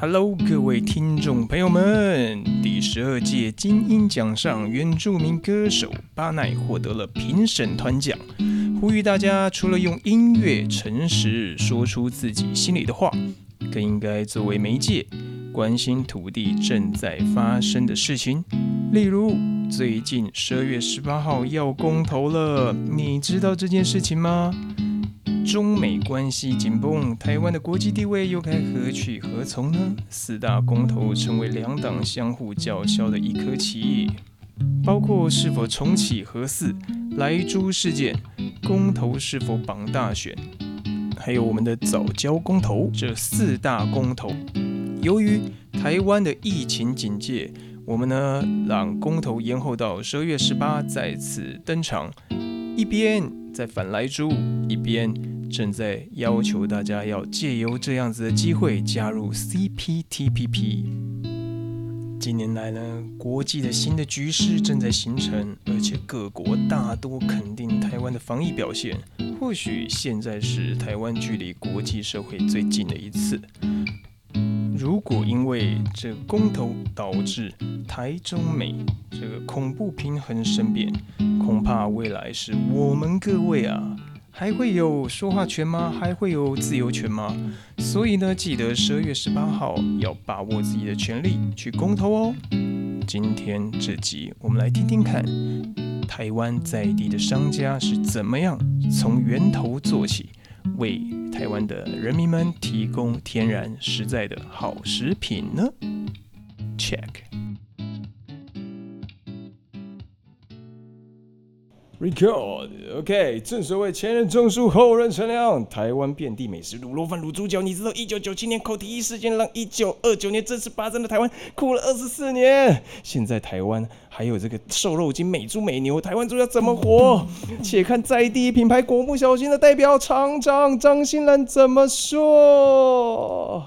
Hello， 各位听众朋友们，第12届金鹰奖上原住民歌手巴奈获得了评审团奖，呼吁大家除了用音乐诚实说出自己心里的话，更应该作为媒介，关心土地正在发生的事情。例如，最近12月18号要公投了，你知道这件事情吗？中美关系紧绷，台湾的国际地位又该何去何从呢？4大公投成为两党相互叫嚣的一颗棋，包括是否重启核四、莱猪事件、公投是否绑大选，还有我们的早教公投，这4大公投，由于台湾的疫情警戒，我们呢让公投延后到12月18再次登场，一边在反莱猪，一边正在要求大家要借由这样子的机会加入 CPTPP。 近年来呢，国际的新的局势正在形成，而且各国大多肯定台湾的防疫表现，或许现在是台湾距离国际社会最近的一次。如果因为这个公投导致台中美这个恐怖平衡生变，恐怕未来是我们各位还会有说话权吗？还会有自由权吗？所以呢，记得12月18号要把握自己的权利去公投哦。今天这集我们来听听看，台湾在地的商家是怎么样从源头做起，为台湾的人民们提供天然实在的好食品呢 ？Check。Record OK， 正所谓前人种树，后人乘凉。台湾遍地美食，卤肉饭、卤猪脚。你知道1997年口蹄疫事件让1929年正式发生的台湾哭了24年。现在台湾还有这个瘦肉精美猪美牛，台湾猪要怎么活？且看在地品牌果木小新的代表厂长张新兰怎么说。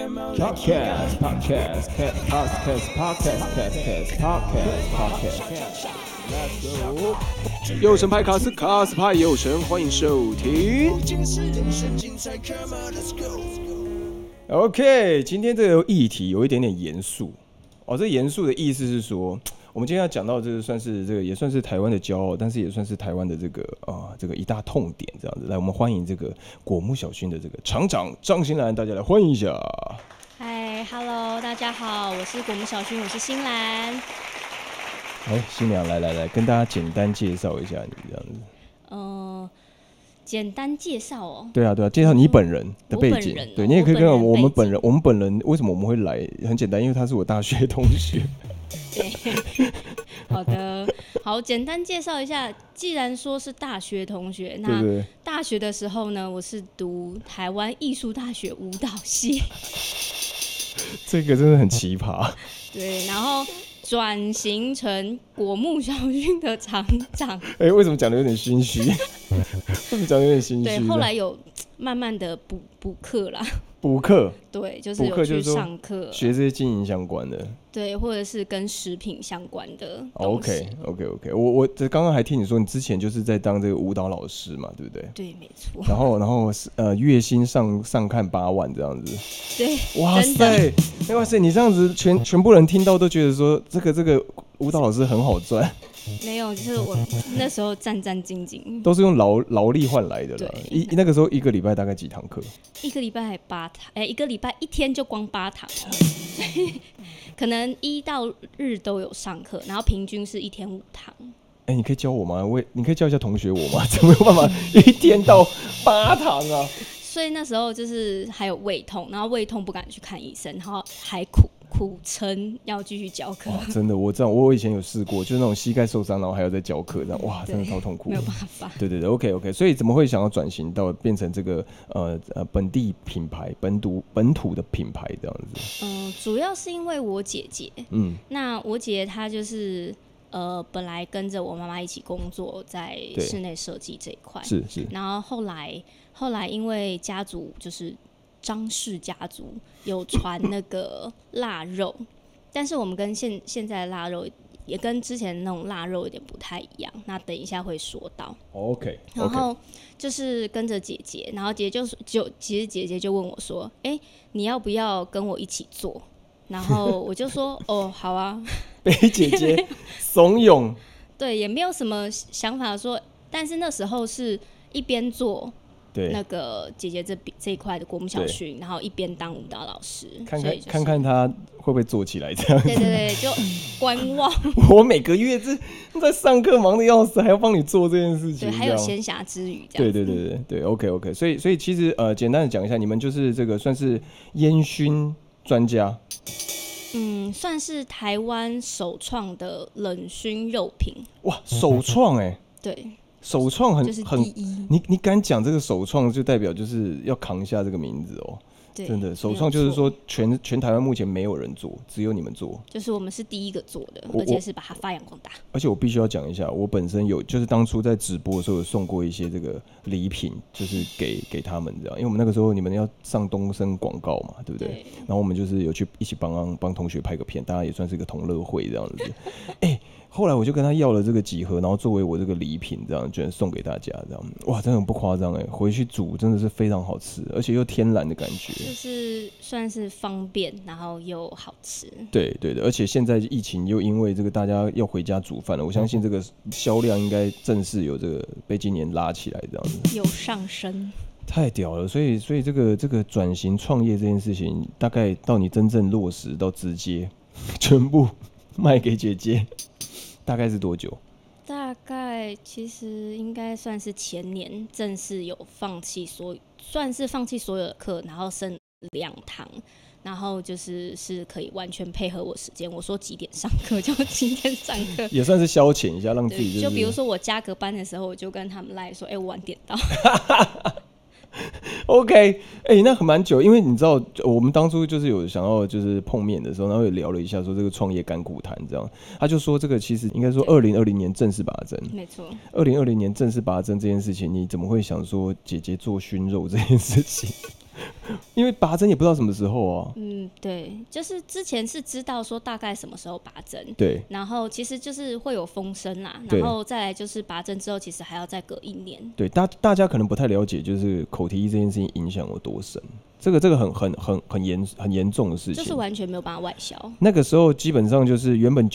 右神派卡斯，卡斯派右神，欢迎收听。OK， 今天这个议题有一点点严肃哦。这严肃的意思是说，我们今天要讲到这个算是这个也算是台湾的骄傲，但是也算是台湾的这个一大痛点这样子。来，我们欢迎这个果木小薰的这个厂长张新兰，大家来欢迎一下。 嗨 ，Hello， 大家好，我是果木小薰，我是新兰。 新娘来，跟大家简单介绍一下你这样子。 简单介绍哦。 对啊，介绍你本人的背景。对，你也可以跟我们本人为什么我们会来？很简单，因为他是我大学同学。 对，好的，好，简单介绍一下。既然说是大学同学，那对大学的时候呢，我是读台湾艺术大学舞蹈系。 这个真的很奇葩。对， 然后转型成果木小薰的厂长。 为什么讲的有点心虚？为什么讲的有点心虚？ 对，后来有慢慢的补课啦。 补课？ 对，就是有去上课， 学这些经营相关的。 对，或者是跟食品相关的东西。 OK， 我刚刚还听你说，你之前就是在当这个舞蹈老师嘛，对不对？ 对，没错。 然后月薪上看8万这样子。 对， 哇塞，你这样子全部人听到都觉得说这个舞蹈老师很好赚。 没有，就是我那时候战兢兢， 都是用劳力换来的啦。那个时候一个礼拜大概几堂课？ 一个礼拜8堂，一个礼拜1天就光8堂，可能1到日都有上课，然后平均是1天5堂。 你可以教我吗？你可以教一下同学我吗？怎么有办法1天到8堂啊？ 所以那时候就是还有胃痛，然后胃痛不敢去看医生，然后还苦撑要继续教课。 真的，我知道，我以前有试过，就是那种膝盖受伤，然后还要再教课，这样哇，真的超痛苦。 没有办法。对 ，OK， 所以怎么会想要转型到变成这个本地品牌、本土的品牌这样子？ 主要是因为我姐姐，那我姐她就是本来跟着我妈妈一起工作在室内设计这一块， 是， 然后后来因为家族就是张氏家族有传那个腊肉，但是我们跟现在的腊肉也跟之前那种腊肉有点不太一样，那等一下会说到。 OK， 然后就是跟着姐姐，然后其实姐姐就问我说：“你要不要跟我一起做？”然后我就说：“哦，好啊。” 被姐姐怂恿， 对，也没有什么想法说，但是那时候是一边做那个姐姐这一块的国母小训，然后一边当舞蹈老师， 看看他会不会做起来这样子。 对对对，就观望。 我每个月在上课忙得要死，还要帮你做这件事情， 对，还有闲暇之余这样子。对 ，OK， 所以其实简单的讲一下，你们就是这个算是烟熏专家。 算是台湾首创的冷熏肉品。 哇，首创对。 首创就是第一， 你敢讲这个首创，就代表就是要扛下这个名字哦。 对， 真的首创就是说全台湾目前没有人做，只有你们做。 就是我们是第一个做的，而且是把它发扬光大。 而且我必须要讲一下，我本身就是当初在直播的时候有送过一些这个礼品，就是给他们这样，因为我们那个时候你们要上东森广告嘛，对不对？ 对。 然后我们就是有去一起帮同学拍个片，大家也算是一个同乐会这样子。后来我就跟他要了这个几盒，然后作为我这个礼品，这样居然送给大家，这样哇，真的很不夸张回去煮真的是非常好吃，而且又天然的感觉， 就是算是方便，然后又好吃。 对，而且现在疫情又因为这个大家要回家煮饭了，我相信这个销量应该正式有这个被今年拉起来，这样子有上升。 太屌了，所以这个转型创业这件事情，大概到你真正落实到直接全部卖给姐姐。大概是多久？ 大概其实应该算是前年正式有算是放弃所有的课，然后剩2堂，然后是可以完全配合我时间。我说几点上课就几点上课， 也算是消遣一下，让自己就比如说我加个班的时候，我就跟他们赖说，我晚点到。 OK， 那很蛮久，因为你知道，我们当初就是有想要就是碰面的时候，然后也聊了一下，说这个创业甘苦谈这样，他就说这个其实应该说2020年正式拔针， 没错 ，2020年正式拔针这件事情，你怎么会想说姐姐做熏肉这件事情？因为拔针也不知道什么时候啊。 对，就是之前是知道说大概什么时候拔针， 对， 然后其实就是会有风声啦，然后再来就是拔针之后，其实还要再隔1年。 对，大家可能不太了解，就是口蹄疫这件事情影响有多深。这个很严重的事情， 就是完全没有办法外销。 那个时候基本上就是原本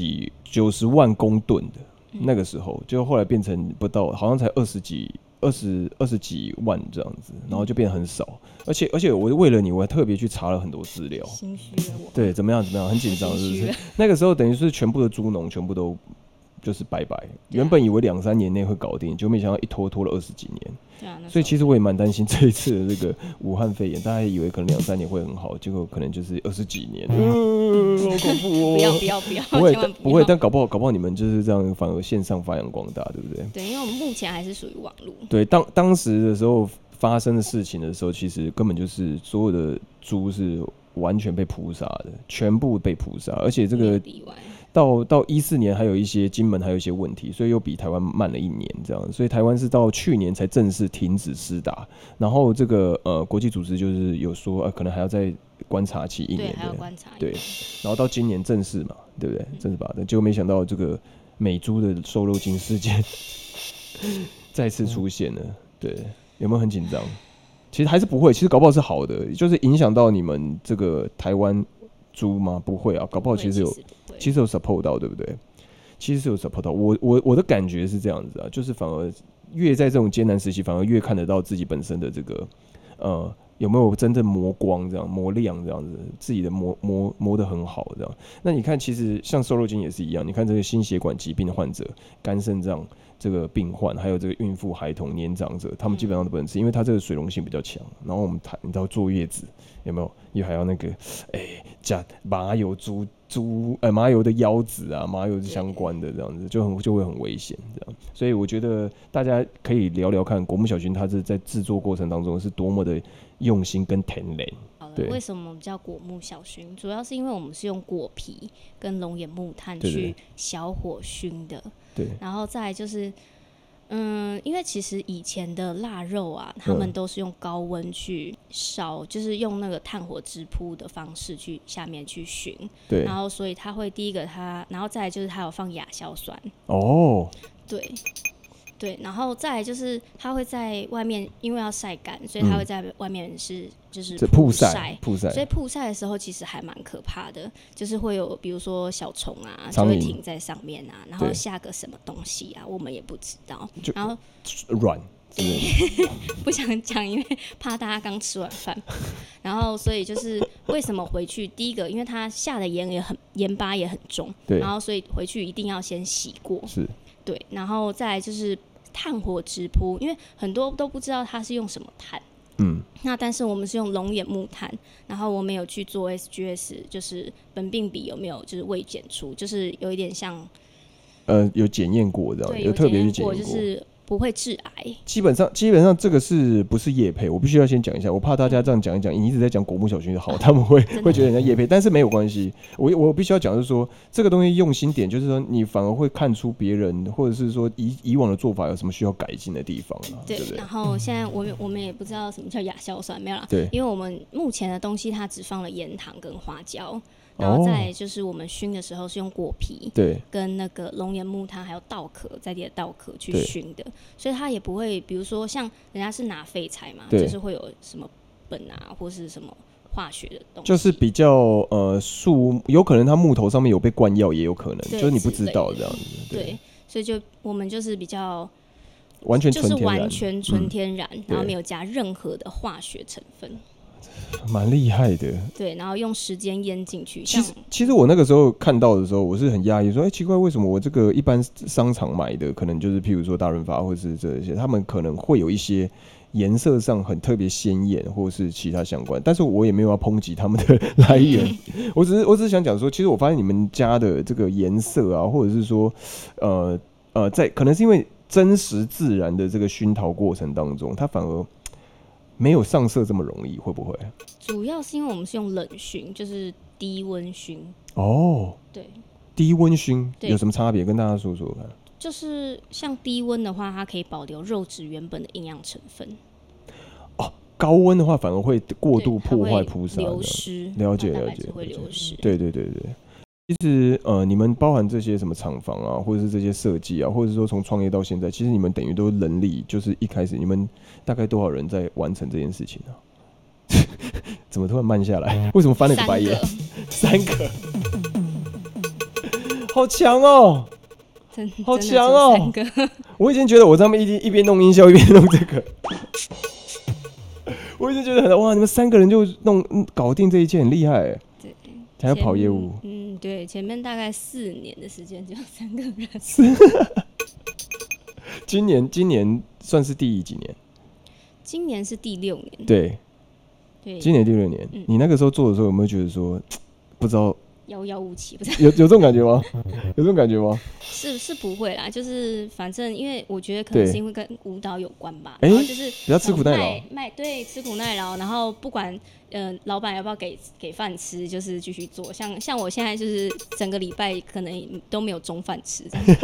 90万公吨的，那个时候就后来变成不到，好像才20几万这样子，然后就变得很少。而且我为了你，我还特别去查了很多资料。 心虚了我。 对，怎么样？很紧张，是不是？那个时候等于是全部的猪农全部都就是拜拜。原本以为2-3年内会搞定，就没想到一拖了20几年。 对啊， 所以其实我也蛮担心这一次的这个武汉肺炎，大家以为可能2-3年会很好，结果可能就是20几年，好恐怖哦！不会，但搞不好你们就是这样，反而线上发扬光大，对不对？ 对，因为我们目前还是属于网络。 对，当时的时候发生的事情的时候，其实根本就是所有的猪是完全被扑杀的，全部被扑杀，而且这个到14年还有一些金门还有一些问题，所以又比台湾慢了1年这样，所以台湾是到去年才正式停止施打，然后这个国际组织就是有说可能还要再观察期1年， 对，还要观察对，然后到今年正式嘛，对不对？正式把的，结果没想到这个美猪的瘦肉精事件再次出现了，对，有没有很紧张？其实还是不会，其实搞不好是好的，就是影响到你们这个台湾猪吗？不会啊，搞不好其实有 support 到，对不对？其实是有 support 到。我的感觉是这样子啊，就是反而越在这种艰难时期，反而越看得到自己本身的这个有没有真正磨光这样磨亮这样子，自己的磨得很好这样。那你看，其实像瘦肉精也是一样，你看这个心血管疾病的患者、肝肾脏这个病患，还有这个孕妇、孩童、年长者，他们基本上都不能吃，因为它这个水溶性比较强。然后我们你知道坐月子有没有？又还要那个加麻油麻油的腰子啊，麻油相关的这样子，就会很危险这样。所以我觉得大家可以聊聊看，国母小熏它是在制作过程当中是多么的用心跟天然。 对，为什么我们叫果木小熏？主要是因为我们是用果皮跟龙眼木炭去小火熏的。 对， 然后再来就是， 因为其实以前的腊肉啊，他们都是用高温去烧，就是用那个炭火直扑的方式去下面去熏， 对， 然后所以它会第一个然后再来就是它有放亚硝酸，对。对，然后再来就是它会在外面，因为要晒干，所以它会在外面就是曝晒，所以曝晒的时候其实还蛮可怕的，就是会有比如说小虫啊，就会停在上面啊，然后下个什么东西啊，我们也不知道，然后软。 不想讲，因为怕大家刚吃完饭。然后，所以就是为什么回去，第一个，因为它下的盐巴也很重，然后所以回去一定要先洗过， 是， 对，然后再来就是炭火直扑，因为很多都不知道它是用什么炭，那但是我们是用龙眼木炭，然后我们有去做 SGS， 就是苯并芘有没有就是未检出，就是有一点像， 有检验过这样， 对， 有特别去检验过， 就是不会致癌。基本上这个是不是业配？我必须要先讲一下，我怕大家这样讲一讲，你一直在讲果木小薰的好，他们会觉得人家业配，但是没有关系。我必须要讲就是说，这个东西用心点，就是说你反而会看出别人或者是说以往的做法有什么需要改进的地方啊。对， 然后现在我们也不知道什么叫亚硝酸，没有啦。 对， 因为我们目前的东西它只放了盐糖跟花椒。然后再来就是我们熏的时候是用果皮，对，跟那个龙眼木炭还有稻壳在地的稻壳去熏的，所以它也不会，比如说像人家是拿废材嘛，就是会有什么苯啊或是什么化学的东西， 就是比较有可能它木头上面有被灌药，也有可能，就是你不知道这样子。 对，所以我们就是比较完全就是完全纯天然，然后没有加任何的化学成分。 蛮厉害的， 对，然后用时间腌进去。 其实我那个时候看到的时候，我是很讶异，说，奇怪，为什么我这个一般商场买的，可能就是譬如说大润发或是这些，他们可能会有一些颜色上很特别鲜艳，或是其他相关，但是我也没有要抨击他们的来源，我只是想讲说，其实我发现你们家的这个颜色啊，或者是说，在可能是因为真实自然的这个熏陶过程当中，它反而没有上色这么容易，会不会？ 主要是因为我们是用冷熏，就是低温熏。对， 低温熏有什么差别？跟大家说说看。 就是像低温的话，它可以保留肉质原本的营养成分。 高温的话反而会过度破坏铺沙， 流失。 了解， 会流失。 对。其实你们包含这些什么厂房啊，或者是这些设计啊，或者是说从创业到现在，其实你们等于都人力，就是一开始你们大概多少人在完成这件事情啊？怎么突然慢下来？为什么翻了个白眼？3个，好强哦！好强哦！我已经觉得我他们一边弄音效一边弄这个，我已经觉得哇，你们3个人就搞定这一切，很厉害哎。 对， 还要跑业务。 对，前面大概4年的时间就3个人。 今年算是第几年？ 今年是第6年。 对，今年第6年。你那个时候做的时候，有没有觉得说，不知道遥遥无期？不是有这种感觉吗？有这种感觉吗？ 是不会啦，就是反正因为我觉得可能是因为跟舞蹈有关吧，然后就是比较吃苦耐劳， 对，吃苦耐劳，然后不管老板要不要给饭吃，就是继续做。像我现在就是整个礼拜可能都没有中饭吃。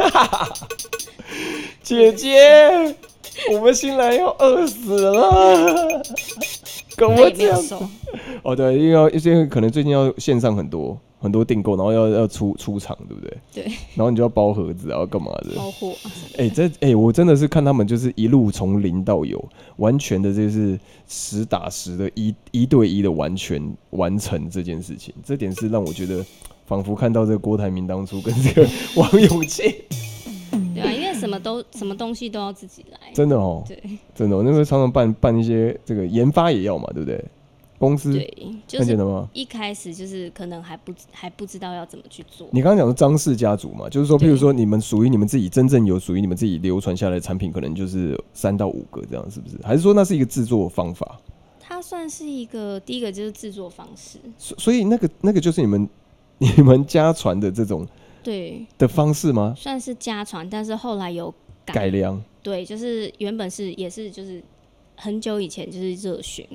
姐姐，我们新来要饿死了，跟我讲。对，因为可能最近要线上很多订购，然后要出厂，对不对？ 对。 然后你就要包盒子，然后干嘛的？ 包货。 我真的是看他们就是一路从零到有，完全的就是实打实的一对一的完全完成这件事情。这点是让我觉得仿佛看到这个郭台铭当初跟这个王永庆。 对啊，因为什么东西都要自己来。 真的哦。 对。 真的，那个常常办一些这个研发也要嘛，对不对？公司对，就是一开始就是可能还不知道要怎么去做。 你刚刚讲的张氏家族嘛，就是说，譬如说你们属于你们自己真正有属于你们自己流传下来的产品，可能就是3到5个这样，是不是？还是说那是一个制作方法？ 它算是一个第一个就是制作方式。 所以那个就是你们家传的这种对的方式吗？ 算是家传，但是后来有改良。 对，就是原本也是就是很久以前就是热熏。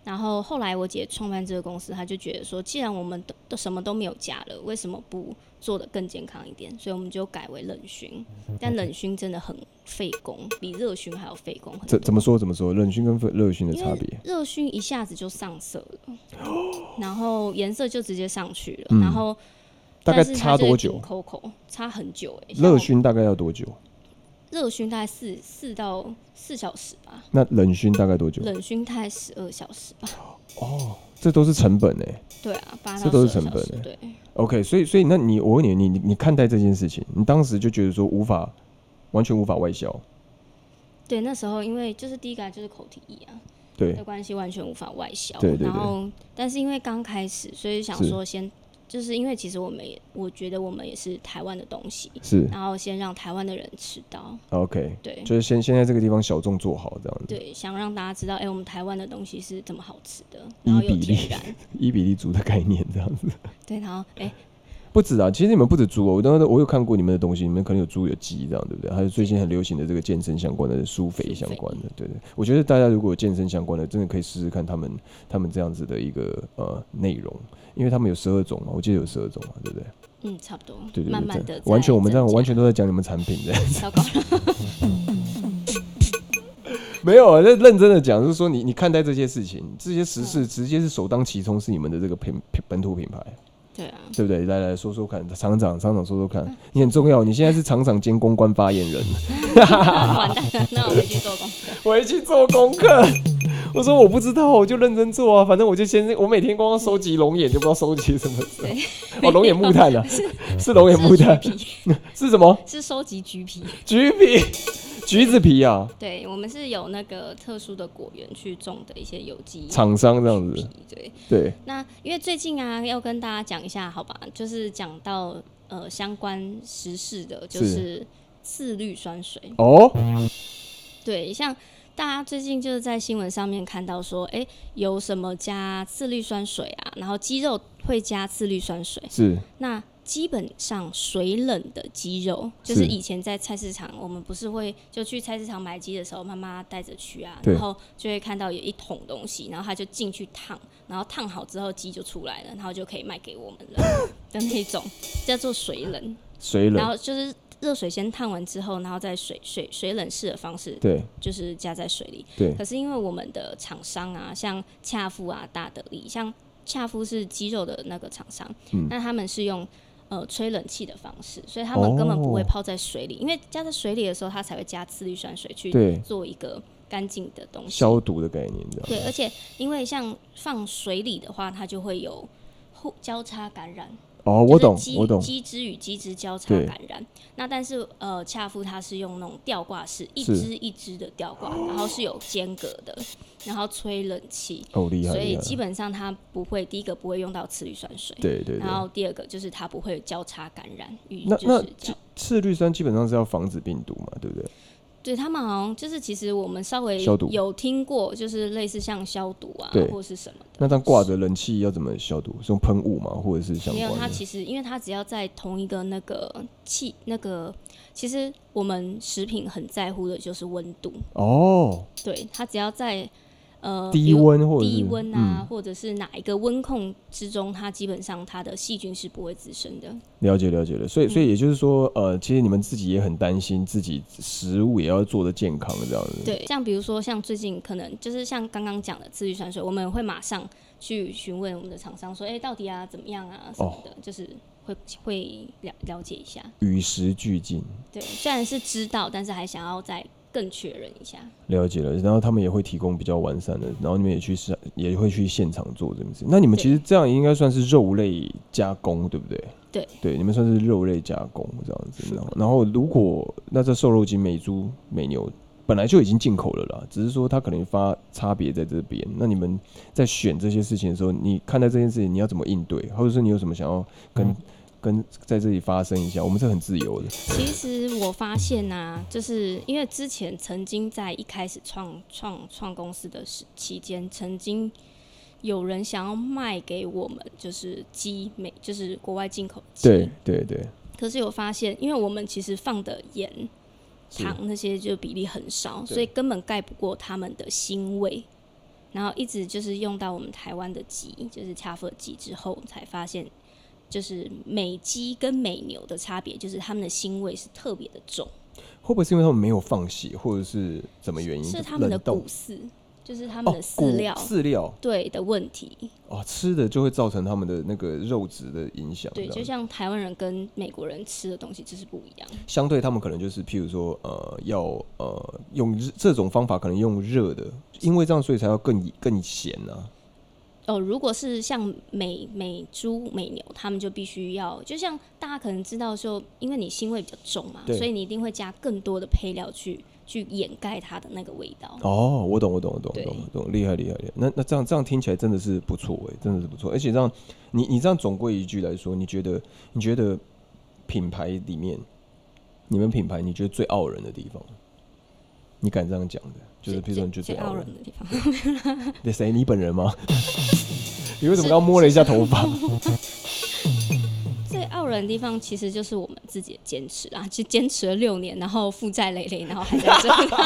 然后后来我姐创办这个公司，她就觉得说，既然我们都什么都没有加了，为什么不做得更健康一点？所以我们就改为冷熏。但冷熏真的很费工，比热熏还要费工很多。 怎么说？冷熏跟热熏的差别？ 热熏一下子就上色了，然后颜色就直接上去了，然后大概差多久？ 差很久热熏大概要多久？ 热熏大概4到4小时吧。 那冷熏大概多久？ 冷熏大概12小时吧。 哦，这都是成本对啊，8到12小时， 这都是成本对。 OK， 所以那我问你看待这件事情，你当时就觉得说完全无法外销。 对，那时候因为就是第一个就是口蹄疫啊， 对的关系完全无法外销。 对。 然后，但是因为刚开始，所以想说就是因为其实我觉得我们也是台湾的东西， 是， 然后先让台湾的人吃到。 OK， 对， 就是先在这个地方小众做好这样子。 对，想让大家知道，我们台湾的东西是这么好吃的，然后有天然伊比利猪的概念这样子。 对，然后不止啊，其实你们不止猪我有看过你们的东西，你们可能有猪有鸡这样，对不对？还有最近很流行的这个健身相关的舒肥相关的，对。我觉得大家如果有健身相关的，真的可以试试看他们这样子的一个内容，因为他们有12种嘛，我记得有12种嘛，对不对？ 差不多。 对， 慢慢的， 完全我们这样完全都在讲你们产品这样子。 糟糕了。 没有啊，认真的讲，就是说你看待这些事情，这些时事直接是首当其冲，是你们的这个本土品牌。 对啊， 对不对？来说说看，厂长说说看，你很重要。你现在是厂长兼公关发言人。 完蛋了，那我回去做功课。 回去做功课。我说我不知道，我就认真做啊。反正我每天光要收集龙眼，就不知道收集什么。哦，龙眼木炭啊，是龙眼木炭。是什么？ 是收集橘皮。 橘子皮啊。 对，我们是有那个特殊的果园去种的一些有机厂商这样子。对。那因为最近啊，要跟大家讲一下，好吧，就是讲到相关时事的，就是次氯酸水。哦。对，像大家最近就是在新闻上面看到说，有什么加次氯酸水啊，然后鸡肉会加次氯酸水。 是。 那基本上水冷的鸡肉，就是以前在菜市场，我们不是会就去菜市场买鸡的时候，妈妈带着去啊，然后就会看到有一桶东西，然后他就进去烫，然后烫好之后鸡就出来了，然后就可以卖给我们了的那种，叫做水冷。然后就是热水先烫完之后，然后再水冷式的方式，对，就是加在水里。对。可是因为我们的厂商啊，像恰夫啊、大得利，像恰夫是鸡肉的那个厂商，那他们是用吹冷气的方式，所以他们根本不会泡在水里，因为加在水里的时候，它才会加次氯酸水去做一个干净的东西，消毒的概念这样。 对，而且因为像放水里的话，它就会有交叉感染。 哦，我懂。 鸡只与鸡只交叉感染。那但是恰夫它是用那种吊挂式，一只一只的吊挂，然后是有间隔的，然后吹冷气。 哦，厉害！ 所以基本上它不会，第一个不会用到次氯酸水，对。然后第二个就是它不会交叉感染。 那次氯酸基本上是要防止病毒嘛，对不对？ 对，他们好像就是其实我们稍微有听过，就是类似像消毒啊，或是什么的。 那它挂着冷气要怎么消毒？是用喷雾吗？或者是相关的？ 没有，它其实因为它只要在同一个其实我们食品很在乎的就是温度。哦。对，它只要在低温啊，或者是哪一个温控之中，它基本上它的细菌是不会滋生的。 了解了，所以也就是说，其实你们自己也很担心自己食物也要做得健康这样子。 对，像比如说像最近可能就是像刚刚讲的次氯酸水，我们会马上去询问我们的厂商说，到底啊怎么样啊什么的，就是会了解一下， 与时俱进。 对，虽然是知道，但是还想要再更确认一下。 了解了，然后他们也会提供比较完善的，然后你们也会去现场做这件事。那你们其实这样应该算是肉类加工，对不对？对，你们算是肉类加工这样子。然后如果那这瘦肉精、美猪、美牛本来就已经进口了啦，只是说它可能差别在这边。那你们在选这些事情的时候，你看待这件事情你要怎么应对，或者是你有什么想要跟在这里发生一下，我们是很自由的。 其实我发现啊，就是因为之前曾经在一开始创公司的期间，曾经有人想要卖给我们，就是鸡美，就是国外进口鸡。对。可是有发现，因为我们其实放的盐、糖那些就比例很少，所以根本盖不过他们的腥味。 然后一直就是用到我们台湾的鸡，就是恰夫尔鸡之后，才发现就是美鸡跟美牛的差别，就是它们的腥味是特别的重。 会不会是因为他们没有放血，或者是什么原因？ 是他们的骨饲，就是他们的饲料对的问题。 哦，吃的就会造成他们的那个肉质的影响。 对，就像台湾人跟美国人吃的东西就是不一样。 相对他们可能就是，譬如说，要用这种方法，可能用热的，因为这样所以才要更咸啊。 如果是像美猪、美牛，他们就必须要，就像大家可能知道说，因为你腥味比较重嘛，所以你一定会加更多的配料去掩盖它的那个味道。 哦，我懂，厉害。那这样听起来真的是不错真的是不错。而且这样你这样总归一句来说，你觉得品牌里面，你们品牌你觉得最傲人的地方，你敢这样讲的？就是譬如说你觉得最傲人的地方，对谁？你本人吗？你为什么刚摸了一下头发？ 最傲人的地方其实就是我们自己的坚持啊，就坚持了6年，然后负债累累，然后还在这里。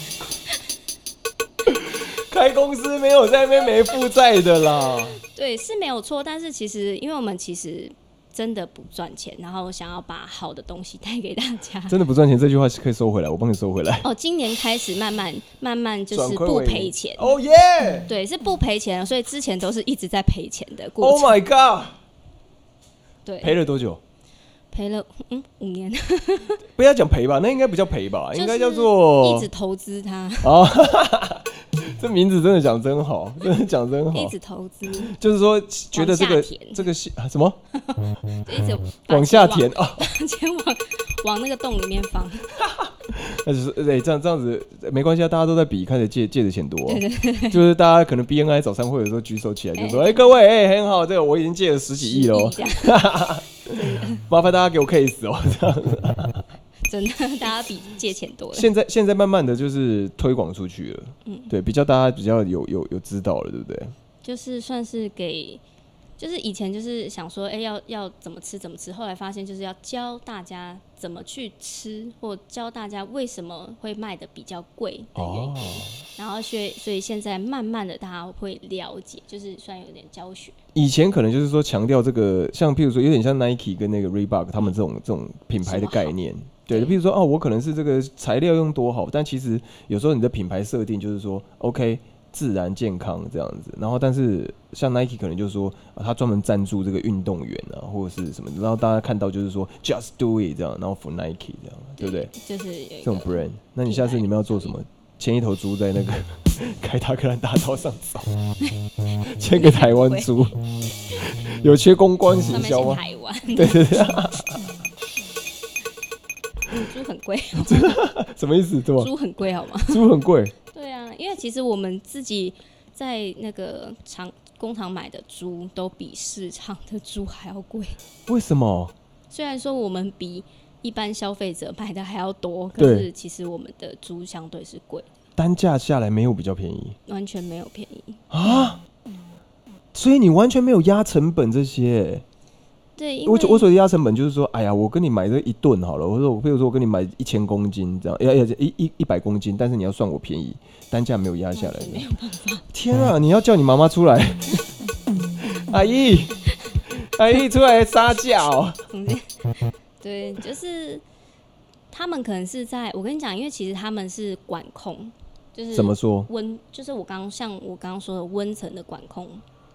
开公司没有在那边没负债的啦。 对，是没有错，但是其实因为我们其实真的不赚钱，然后想要把好的东西带给大家。 真的不赚钱这句话是可以收回来，我帮你收回来。 今年开始慢慢就是不赔钱。 哦耶！ 对，是不赔钱，所以之前都是一直在赔钱的过程。 Oh my god！ 对， 赔了多久？ 赔了5年。 不要讲赔吧，那应该不叫赔吧，应该叫做一直投资它。 哦，这名字真的讲真好，真的讲真好。 一直投资， 就是说觉得这个什么， 就一直往下填啊， 钱往那个洞里面放。 那就是这样子没关系啊，大家都在比看谁借的钱多、啊。 对， 就是大家可能 BNI 早餐会的时候举手起来就说：“各位，很好，这个我已经借了10几亿了、哦，麻烦大家给我 case 哦。”这样真的，大家比借钱多了。 现在慢慢的就是推广出去了，对，大家比较有知道了，对不对？ 就是算是给。就是以前就是想说，要怎么吃，后来发现就是要教大家怎么去吃，或教大家为什么会卖的比较贵的原因。然后所以现在慢慢的大家会了解，就是算有点教学。 以前可能就是说强调这个，像譬如说有点像 Nike 跟那个 Reebok 他们这种品牌的概念。对，譬如说我可能是这个材料用多好，但其实有时候你的品牌设定就是说 OK。自然健康这样子，然后但是像 Nike 可能就是说，他专门赞助这个运动员啊，或者是什么，然后大家看到就是说 Just Do It 这样，然后 For Nike 这样，对不对？ 就是这种 brand。那你下次你们要做什么？牵一头猪在那个凯达格兰大道上走，牵个台湾猪，有缺公关行销吗？ 台湾， 对。 猪很贵， 什么意思？ 猪很贵好吗？ 猪很贵。 对啊，因为其实我们自己在那个工厂买的猪都比市场的猪还要贵。 为什么？ 虽然说我们比一般消费者买的还要多，可是其实我们的猪相对是贵， 单价下来没有比较便宜， 完全没有便宜啊！所以你完全没有压成本这些。 对， 我所谓的压成本就是说，哎呀，我跟你买这一吨好了，比如说我跟你买1000公斤这样，要100公斤，但是你要算我便宜，单价没有压下来， 没有办法。 天啊，你要叫你妈妈出来，阿姨出来杀价哦。 对，就是他们可能是我跟你讲，因为其实他们是管控，就是怎么说就是我刚刚说的温层的管控。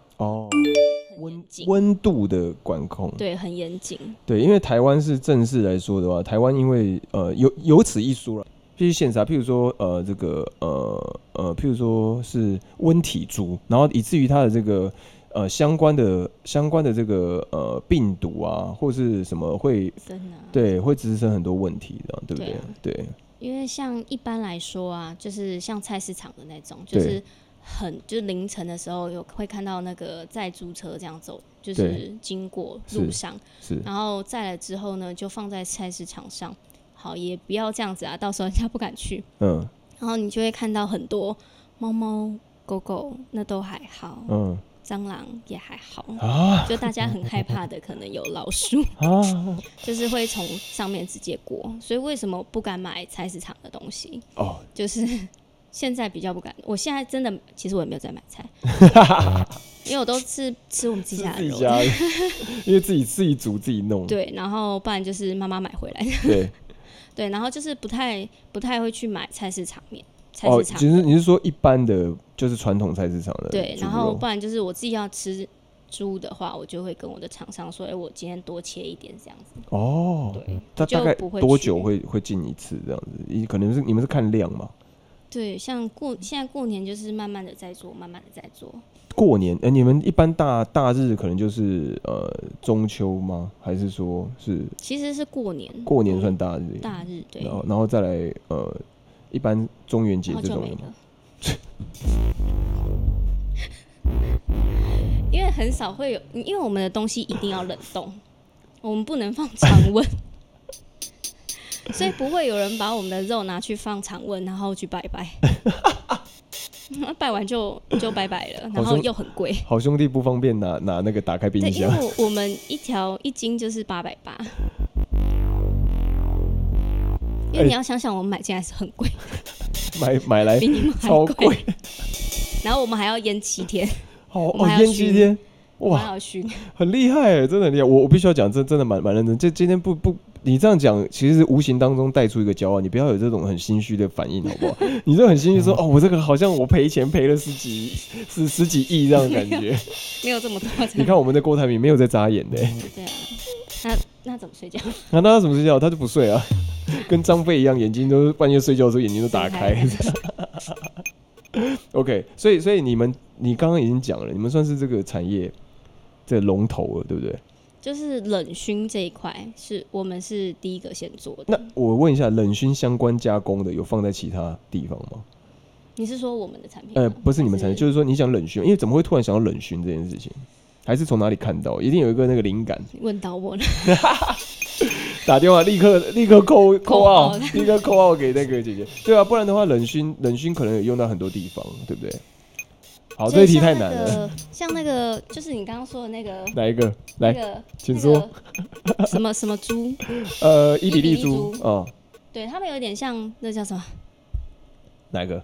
温度的管控， 对，很严谨。 对，因为台湾是正式来说的话，台湾因为有此一说了，必须现实啊。譬如说这个譬如说是温体猪，然后以至于它的这个相关的这个病毒啊，或是什么会对会滋生很多问题的，对不对？对， 因为像一般来说啊，就是像菜市场的那种，就是就是凌晨的时候会看到那个载猪车这样走，就是经过路上，然后载了之后呢，就放在菜市场上。好，也不要这样子啊，到时候人家不敢去。然后你就会看到很多猫猫狗狗，那都还好。蟑螂也还好啊，就大家很害怕的可能有老鼠啊，就是会从上面直接过，所以为什么不敢买菜市场的东西？就是现在比较不敢。我现在真的，其实我也没有在买菜，因为我都是吃我们自己家的肉， 因为自己煮自己弄。 对，然后不然就是妈妈买回来的。 对对，然后就是不太会去买菜市场面。 哦，其实你是说一般的，就是传统菜市场的。 对，然后不然就是我自己要吃猪的话，我就会跟我的厂商说，我今天多切一点这样子。 哦， 对， 它大概多久会进一次这样子？可能是你们是看量嘛？ 对，像现在过年就是慢慢的在做，慢慢的在做。 过年，你们一般大日可能就是中秋吗？还是说是？ 其实是过年。 过年算大日。 大日对。 然后再来一般中元节这种的吗？ 因为很少会有，因为我们的东西一定要冷冻，我们不能放常温。所以不会有人把我们的肉拿去放常温，然后去拜拜，拜完就拜拜了，然后又很贵。 好兄弟不方便拿那个打开冰箱。 对，因为我们一斤就是880，因为你要想想，我们买进来是很贵， 买来比你们还超贵，然后我们还要腌7天， 腌7天， 哇， 很厉害，真的很厉害。我必须要讲，真的蛮认真。今天不。你这样讲，其实无形当中带出一个骄傲，你不要有这种很心虚的反应，好不好？你这很心虚说，我这个好像我赔钱赔了十几亿这样的感觉， 没有这么多。 你看我们的郭台铭没有在眨眼的。 对啊，那怎么睡觉？ 那他怎么睡觉？他就不睡啊，跟张飞一样，眼睛都是半夜睡觉的时候眼睛都打开。OK， 所以你刚刚已经讲了，你们算是这个产业这龙头了，对不对？ 就是冷熏这一块，我们是第一个先做的。 那我问一下，冷熏相关加工的有放在其他地方吗？ 你是说我们的产品？ 不是你们产品，就是说你想冷熏，因为怎么会突然想要冷熏这件事情？还是从哪里看到？一定有一个那个灵感。 问到我了， 打电话立刻扣号，立刻扣号给那个姐姐。对啊，不然的话冷熏可能有用到很多地方，对不对？好，这一题太难了。 像那个，就是你刚刚说的那个， 哪一个？来，请说。 什么猪？ 伊比利猪哦。 对，他们有点像，那叫什么？ 哪个？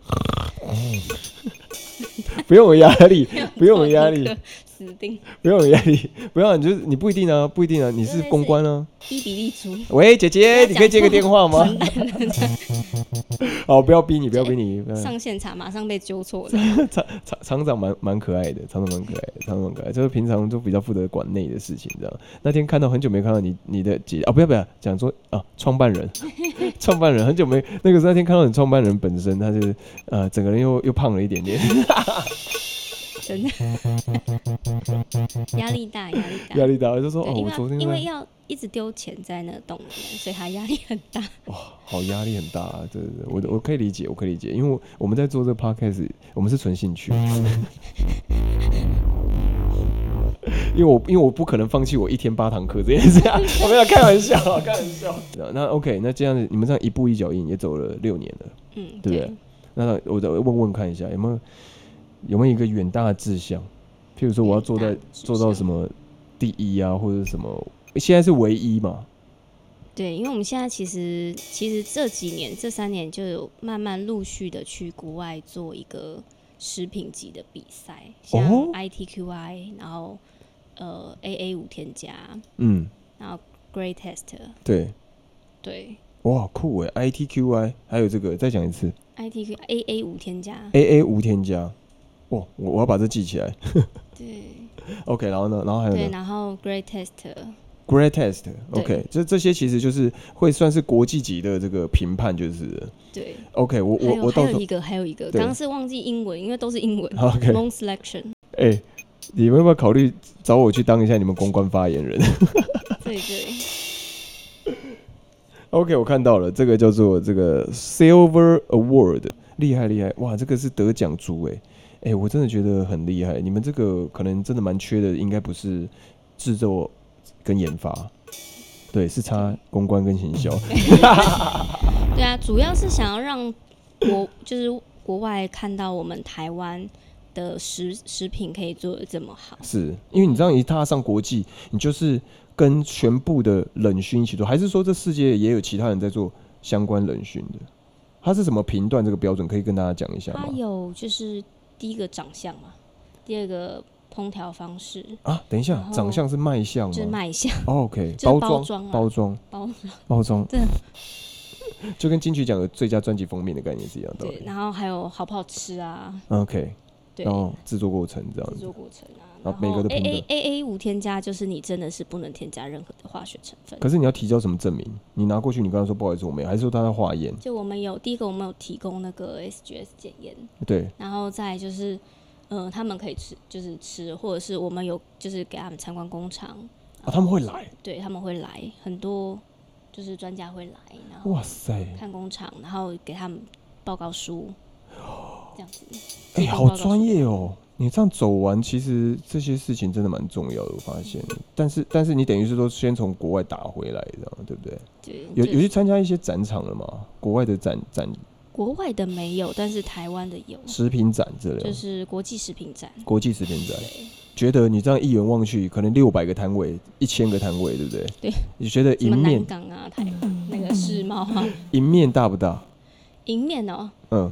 不用有压力，不用有压力， 死定！不用有压力，不要，你不一定啊，你是公关啊。 伊比利猪。 喂，姐姐，你可以接个电话吗？好，不要逼你。 上线查，马上被纠错了。 厂长蛮可爱的，厂长蛮可爱，就是平常都比较负责管内的事情，这样。那天很久没看到你的姐啊，不要讲说啊，创办人很久没那个那天看到你创办人本身，他是整个人又胖了一点点。 真的压力大， 我就说我昨天因为要一直丢钱在那洞里面，所以他压力很大。 哇，好压力很大啊！对，我可以理解，因为我们在做这个 podcast， 我们是纯兴趣。因为我不可能放弃我1天8堂课这件事啊！我没有开玩笑。那 OK， 那这样子你们这样一步一脚印也走了6年了，对不对？那我再问看一下，有没有一个远大的志向？譬如说我要做到什么第一啊，或者什么？现在是唯一嘛？ 对，因为我们现在其实这3年就有慢慢陆续的去国外做一个食品级的比赛，像 ITQI， 然后AA 5添加，然后 Great Test， 对， 哇，酷哎 ！ITQI 还有这个，再讲一次 ，ITQI AA 5添加 ，AA 5添加，哇，我要把这记起来。 对 ，OK， 然后呢？然后还有呢？ 对，然后 Great Test。Great Test，OK， 这些其实就是会算是国际级的这个评判，就是了。对 ，OK， 我到时候还有一个，刚刚是忘记英文，因为都是英文。 OK， Moon Selection。 你们要不要考虑找我去当一下你们公关发言人？ 对。 OK， 我看到了，这个叫做这个 Silver Award， 厉害！哇，这个是得奖猪我真的觉得很厉害。你们这个可能真的蛮缺的，应该不是制作跟研发，对，是差公关跟行销。 对啊，主要是想要让就是国外看到我们台湾的食品可以做得这么好。 是因为你这样一踏上国际，你就是跟全部的冷熏一起做，还是说这世界也有其他人在做相关冷熏的？ 它是什么评断这个标准？可以跟大家讲一下吗？ 它有就是第一个长相嘛，第二个烹调方式啊。等一下，长相是卖相吗？ 就是卖相。 OK， 就是包装， 对， 就跟金曲奖的最佳专辑封面的概念是一样的。 对，然后还有好不好吃啊 ？OK， 对， 然后制作过程这样子。 制作过程啊。 然后每个的评论 AA 无添加，就是你真的是不能添加任何的化学成分。 可是你要提交什么证明？你拿过去，你刚刚说不好意思我没有，还是说他在化验？ 就我们有第一个，我们有提供那个 SGS 检验， 对， 然后再来就是他们可以吃，就是吃，或者是我们有就是给他们参观工厂他们会来， 对，他们会来，很多就是专家会来，然后哇塞， 看工厂，然后给他们报告书，这样子。 好专业哦！你这样走完，其实这些事情真的蛮重要的，我发现。但是你等于是说先从国外打回来，这样对不对？ 对， 有去参加一些展场了吗？国外的展。 国外的没有，但是台湾的有。 食品展之类的， 就是国际食品展。 国际食品展。觉得你这样一眼望去，可能600个摊位，1000个摊位，对不对？ 对。 你觉得迎面？ 什么南港啊，那个世贸啊。 迎面大不大？ 迎面哦。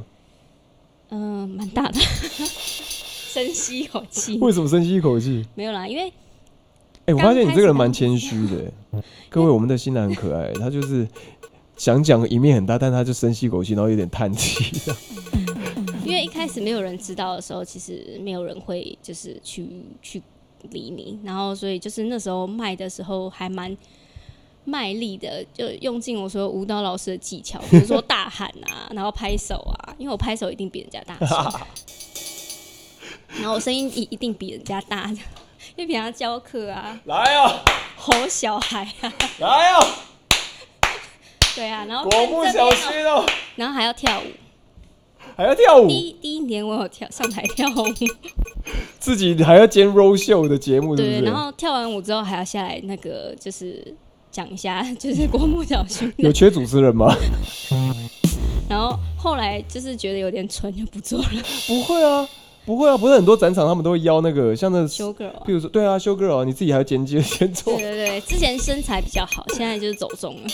蛮大的。深吸一口气。 为什么深吸一口气？ 没有啦，因为我发现你这个人蛮谦虚的。各位，我们的新郎很可爱，他就是想讲一面很大，但他就深吸一口气，然后有点叹气。 因为一开始没有人知道的时候，其实没有人会就是去理你，然后所以就是那时候卖的时候还蛮卖力的，就用尽我所有舞蹈老师的技巧，比如说大喊啊，然后拍手啊，因为我拍手一定比人家大声。然后我声音一定比人家大，因为平常教课啊， 来啊， 吼小孩啊， 来啊， 对啊，然后国木小心哦， 然后还要跳舞， 还要跳舞。 第一年我有上台跳舞， 自己还要兼 road show 的节目， 对，然后跳完舞之后还要下来那个就是讲一下，就是国木小勋有缺主持人吗？ 然后后来就是觉得有点蠢，就不做了。 不会啊。不会啊，不是很多展场他们都会邀那个像那 show girl， 譬如说对啊 show girl， 你自己还要先做。 对，之前身材比较好，现在就是走中了。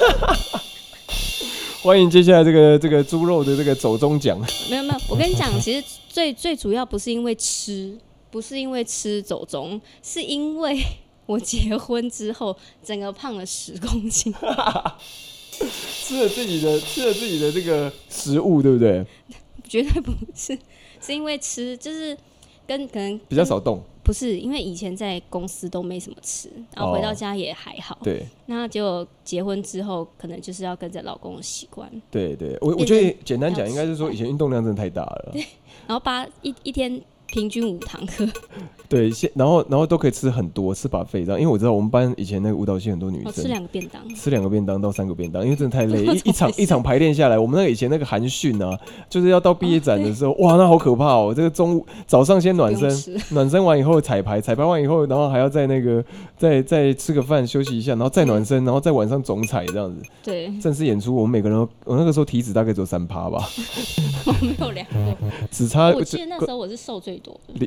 欢迎接下来这个猪肉的这个走中奖。 没有，我跟你讲，其实最主要不是因为吃走中，是因为我结婚之后整个胖了10公斤。 吃了自己的这个食物，对不对？ 绝对不是。是因为吃就是可能比较少动， 不是因为以前在公司都没什么吃，然后回到家也还好。 对， 那结果结婚之后，可能就是要跟着老公的习惯。 对，我觉得简单讲，应该是说以前运动量真的太大了。 对，然后一天平均5堂课。 对，然后都可以吃很多，吃buffet这样。因为我知道我们班以前那个舞蹈系很多女生吃2个便当， 吃2个便当到3个便当，因为真的太累，一场排练下来，我们那个以前那个寒训啊，就是要到毕业展的时候，哇，那好可怕哦！这个早上先暖身完以后彩排完以后，然后还要在那个再吃个饭休息一下，然后再暖身，然后在晚上总彩这样子。对，正式演出我们每个人我那个时候体脂大概只有3%吧。 我没有量过， 只差。 我记得那时候我是瘦最多的。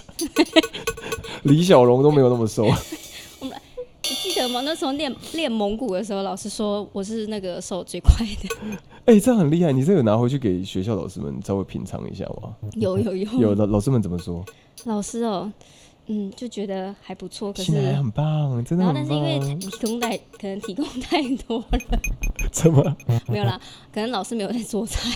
李小龙都没有那么瘦。 你记得吗？那时候练蒙古的时候，老师说我是那个瘦最快的。 这样很厉害！你这个拿回去给学校老师们稍微品尝一下吗？有老师们怎么说？ 老师就觉得还不错，可是新来很棒，真的很棒。 然后但是因为可能体重太多了。 怎么？ 没有啦，可能老师没有在做菜。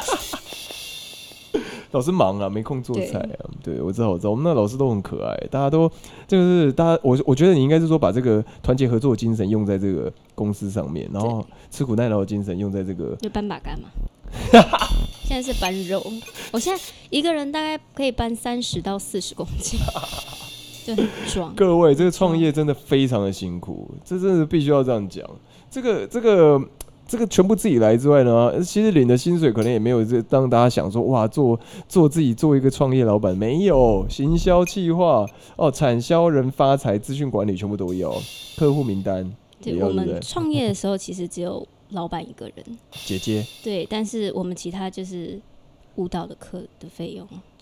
老师忙啊，没空做菜啊。对，我知道，我们那老师都很可爱，大家都就是我觉得你应该是说把这个团结合作的精神用在这个公司上面，然后吃苦耐劳的精神用在这个。 就搬把杆嘛。现在是搬肉，我现在一个人大概可以搬30到40公斤，就很壮。 各位，这个创业真的非常的辛苦，这真的必须要这样讲。这个全部自己来之外呢，其实领的薪水可能也没有让大家想说哇，自己做一个创业老板，没有行销企划产销人发财资讯管理全部都要，客户名单也要。 我们创业的时候其实只有老板一个人， 姐姐。 对，但是我们其他就是舞蹈的课的费用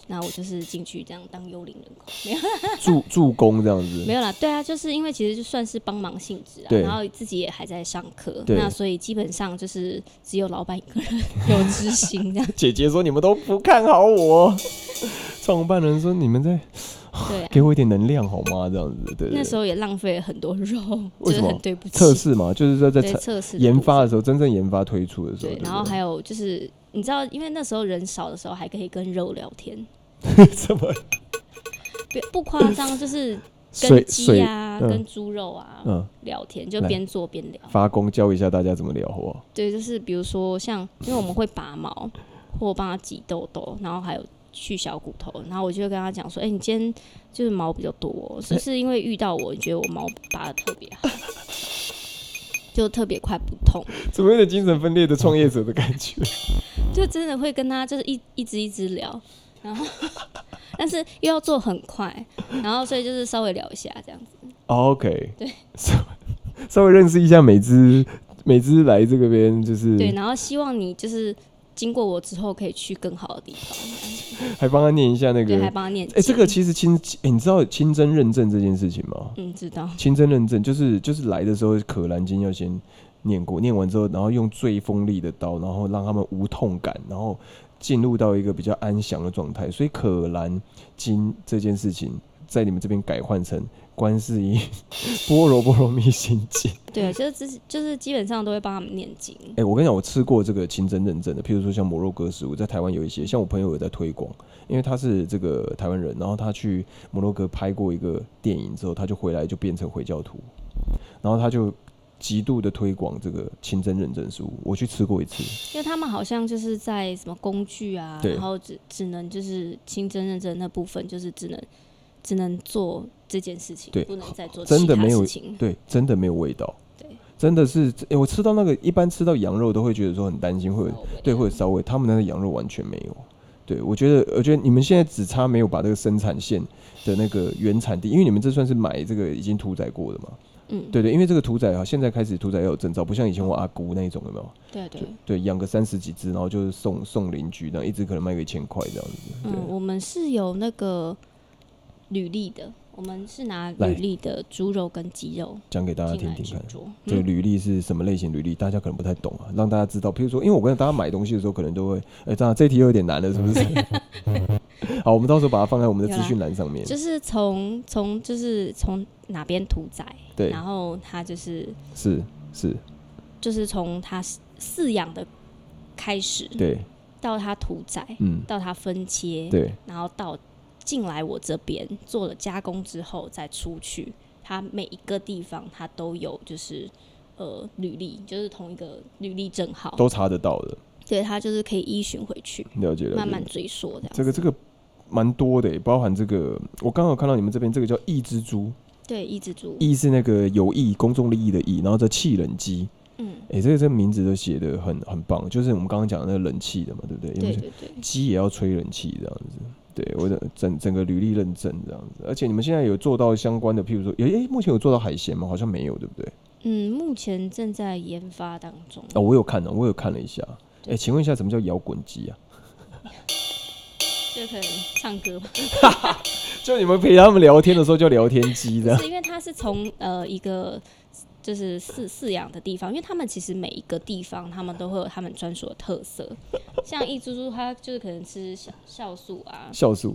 那我就是进去这样当幽灵人口，没有助攻这样子， 没有啦，对啊，就是因为其实就算是帮忙性质啊，然后自己也还在上课，那所以基本上就是只有老板一个人有执行这样。 姐姐说你们都不看好我，创办人说你们在。对、啊，给我一点能量好吗？这样子，对。 那时候也浪费了很多肉， 为什么？ 就是很对不起。 测试嘛，就是说在测试研发的时候，真正研发推出的时候。 对，然后还有就是你知道，因为那时候人少的时候，还可以跟肉聊天。 什么？ 不夸张，就是跟鸡啊、跟猪肉啊聊天，就边做边聊。 发功教一下大家怎么聊，好不好？ 对，就是比如说像，因为我们会拔毛，或帮他挤痘痘，然后还有。去小骨头，然后我就会跟他讲说：“你今天就是毛比较多，是不是因为遇到我，你觉得我毛拔得特别好，就特别快不痛？” 怎么有点精神分裂的创业者的感觉？ 就真的会跟他就是一直聊，然后但是又要做很快，然后所以就是稍微聊一下这样子。 OK， 对， 稍微认识一下美姿来这个边就是对，然后希望你就是。经过我之后，可以去更好的地方， 还帮他念一下那个， 对，还帮他念。 这个其实你知道清真认证这件事情吗？ 知道。 清真认证就是来的时候，可兰经要先念过，念完之后，然后用最锋利的刀，然后让他们无痛感，然后进入到一个比较安详的状态。所以可兰经这件事情，在你们这边改换成观世音般若波罗蜜心经。 对，就是基本上都会帮他们念经。 我跟你讲，我吃过这个清真认证的，譬如说像摩洛哥食物，在台湾有一些，像我朋友有在推广，因为他是这个台湾人，然后他去摩洛哥拍过一个电影之后，他就回来就变成回教徒，然后他就极度的推广这个清真认证食物。我去吃过一次， 因为他们好像就是在什么工具啊，然后只能就是清真认证那部分，就是只能做这件事情，不能再做其他事情。真的没有， 对，真的没有味道。真的是，我吃到那个，一般吃到羊肉都会觉得说很担心会有骚味，他们那个羊肉完全没有。对，我觉得你们现在只差没有把这个生产线的那个原产地，因为你们这算是买这个已经屠宰过的嘛。对，因为这个屠宰现在开始屠宰要有证照，不像以前我阿姑那一种有没有？对，养个30几只，然后就是送邻居，然后一只可能卖个1000块这样子。 我们是有那个履历的。我们是拿履历的猪肉跟鸡肉讲给大家听听看。这个履历是什么类型履历？大家可能不太懂啊，让大家知道。譬如说，因为我跟大家买东西的时候，可能都会，这题又有点难了，是不是？好，我们到时候把它放在我们的资讯栏上面。 就是从哪边屠宰，对，然后它就是就是从它饲养的开始，对，到它屠宰，到它分切，对，然后到。进来我这边做了加工之后再出去，它每一个地方它都有就是履历，就是同一个履历证号都查得到的。 对，它就是可以依循回去，了解，慢慢追溯这样。 这个蛮多的，包含这个我刚好看到你们这边这个叫益之猪， 对，益之猪， 益是那个有益公众利益的益，然后这气冷机。这个名字都写得很棒，就是我们刚刚讲的那个冷气的嘛，对不对？ 对， 鸡也要吹冷气这样子。对，我的整个履历认证这样子，而且你们现在有做到相关的，譬如说，目前有做到海鲜吗？好像没有，对不对？ 目前正在研发当中。 我有看了一下。请问一下，什么叫摇滚鸡啊？ 就可能唱歌吧。 就你们陪他们聊天的时候叫聊天鸡这样。 是因为它是从一个。就是饲养的地方，因为他们其实每一个地方，他们都会有他们专属的特色。像一猪猪，它就是可能吃酵素啊， 酵素，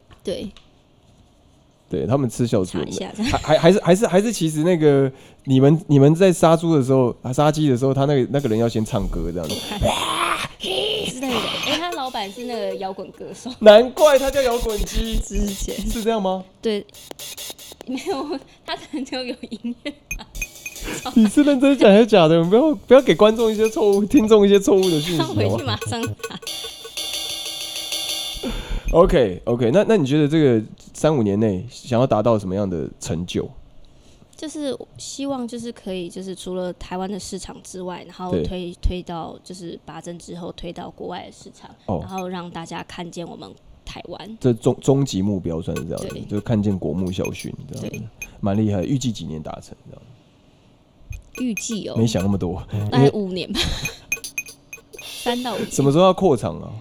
对，他们吃酵素。还是，其实那个你们在杀猪的时候，杀鸡的时候，他那个人要先唱歌这样子， 之类的。他老板是那个摇滚歌手， 难怪他叫摇滚鸡。 之前是这样吗？ 对，没有，他可能就有音乐吧。 你是认真讲还是假的？不要给观众一些错误，听众一些错误的讯息。 回去马上打。 OK， 那你觉得这个3-5年内想要达到什么样的成就？ 就是希望就是可以就是除了台湾的市场之外，然后推到就是拔针之后推到国外的市场，然后让大家看见我们台湾。这终极目标算是这样子，就看见国幕校训这样子，蛮厉害的。预计几年达成这样？ 预计没想那么多， 大概5年吧，3到5年。 什么时候要扩厂啊？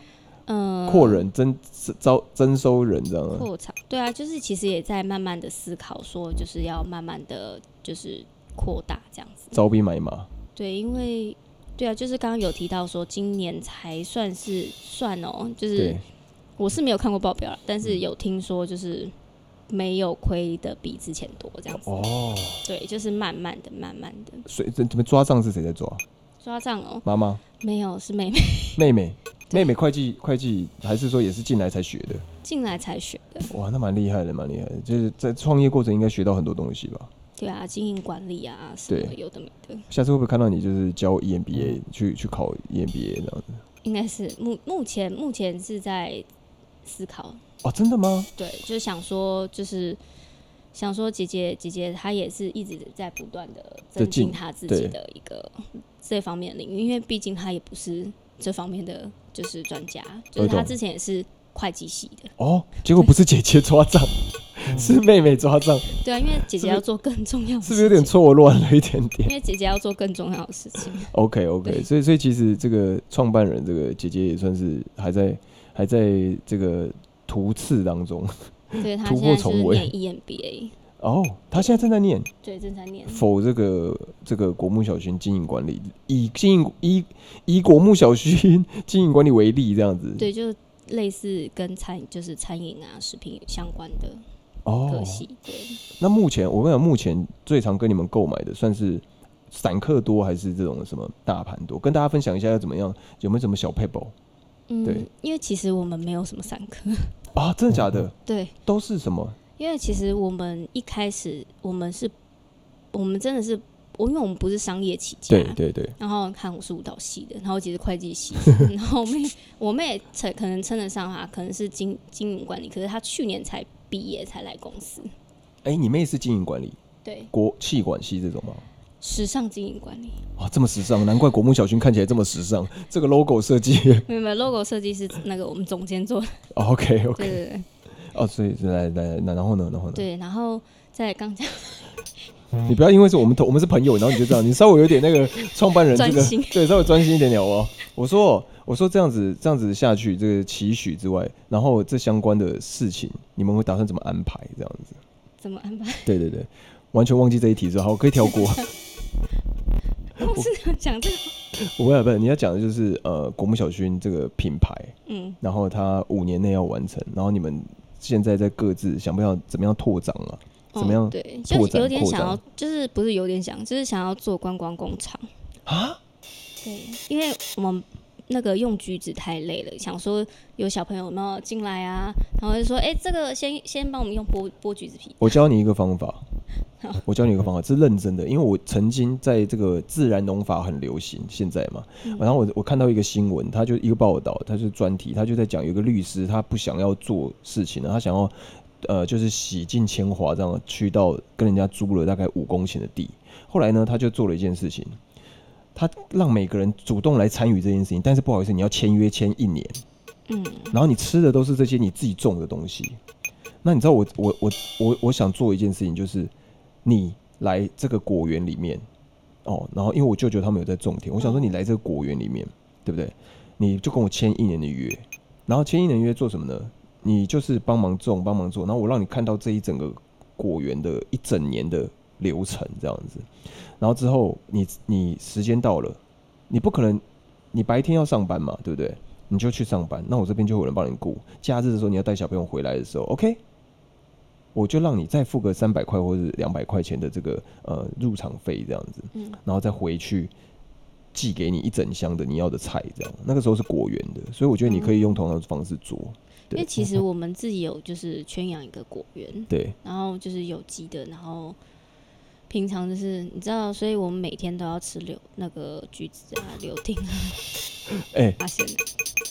扩人征收人这样吗？ 扩厂，对啊，就是其实也在慢慢的思考说，就是要慢慢的就是扩大这样子。 招兵买马。 对，因为对啊，就是刚刚有提到说，今年才算就是我是没有看过报表啦，但是有听说就是没有亏的比之前多这样子。哦，对，就是慢慢的。 所以怎么抓账是谁在抓？ 抓账哦， 妈妈没有，是妹妹。 妹妹会计还是说也是进来才学的？ 进来才学的。 哇，那蛮厉害的。就是在创业过程应该学到很多东西吧？ 对啊，经营管理啊，什么有的没的。 下次会不会看到你就是教 EMBA 去考 EMBA 这样子？ 应该是目前是在思考。 哦，真的吗？ 对，就是想说姐姐她也是一直在不断的增进她自己的一个这方面的领域，因为毕竟她也不是这方面的就是专家，就是她之前也是会计系的。哦， 结果不是姐姐抓账，是妹妹抓账。 对啊，因为姐姐要做更重要的事情， 是不是有点错乱了一点点？ 因为姐姐要做更重要的事情。 OK， 所以其实这个创办人这个姐姐也算是还在这个途次当中。 对，她现在就是念 EMBA。 哦，她现在正在念。 对，正在念。 否这个国木小薰经营管理，以国木小薰经营管理为例，这样子。 对，就类似跟餐饮啊、食品相关的科系。对。那目前我跟你讲，目前最常跟你们购买的算是散客多，还是这种什么大盘多？跟大家分享一下要怎么样，有没有什么小配宝？ 对，因为其实我们没有什么散客啊，真的假的？ 对， 都是什么？ 因为其实我们一开始我们真的是因为我们不是商业起家， 对， 然后看我是舞蹈系的，然后其实会计系，然后我妹也可能称得上她可能是经营管理，可是她去年才毕业才来公司。 你妹是经营管理？ 对， 国企管系这种吗？ 时尚经营管理。 这么时尚，难怪国木小薰看起来这么时尚。这个 logo 设计， 没有 logo 设计是那个我们总监做的。 OK， 对。 所以来，然后呢？ 对，然后再刚讲。 你不要因为是我们是朋友，然后你就这样，你稍微有点那个创办人这个对，稍微专心一点点哦。我说这样子下去，这个期许之外，然后这相关的事情，你们会打算怎么安排？这样子？ 怎么安排？ 对，完全忘记这一题之后，好，可以跳过。 我是讲这个。 不是，你要讲的就是国木小薰这个品牌，然后它5年内要完成，然后你们现在在各自想不想怎么样拓展啊？怎么样？ 对，就有点想要，就是不是有点想，就是想要做观光工厂啊。对，因为我们那个用橘子太累了，想说有小朋友有没有进来啊，然后就说，这个先帮我们用剥橘子皮。 我教你一个方法。是认真的，因为我曾经在这个自然农法很流行，现在嘛，然后我看到一个新闻，他就一个报道，他是专题，他就在讲有一个律师，他不想要做事情了，他想要就是洗尽铅华这样去到跟人家租了大概5公顷的地，后来呢，他就做了一件事情，他让每个人主动来参与这件事情，但是不好意思，你要签约签1年，然后你吃的都是这些你自己种的东西，那你知道我想做一件事情就是。你来这个果园里面，然后因为我舅舅他们有在种田，我想说你来这个果园里面，对不对？你就跟我签1年的约，然后签1年的约做什么呢？你就是帮忙种，帮忙做，然后我让你看到这一整个果园的1整年的流程这样子，然后之后你时间到了，你不可能，你白天要上班嘛，对不对？你就去上班，那我这边就有人帮你顾，假日的时候你要带小朋友回来的时候 ，OK。我就让你再付个300块或者200块钱的这个入场费这样子，然后再回去寄给你1整箱的你要的菜这样。那个时候是果园的，所以我觉得你可以用同样的方式做。 因为其实我们自己有就是圈养一个果园， 对，然后就是有机的，然后平常就是你知道，所以我们每天都要吃那个橘子啊、柳丁啊，发现了。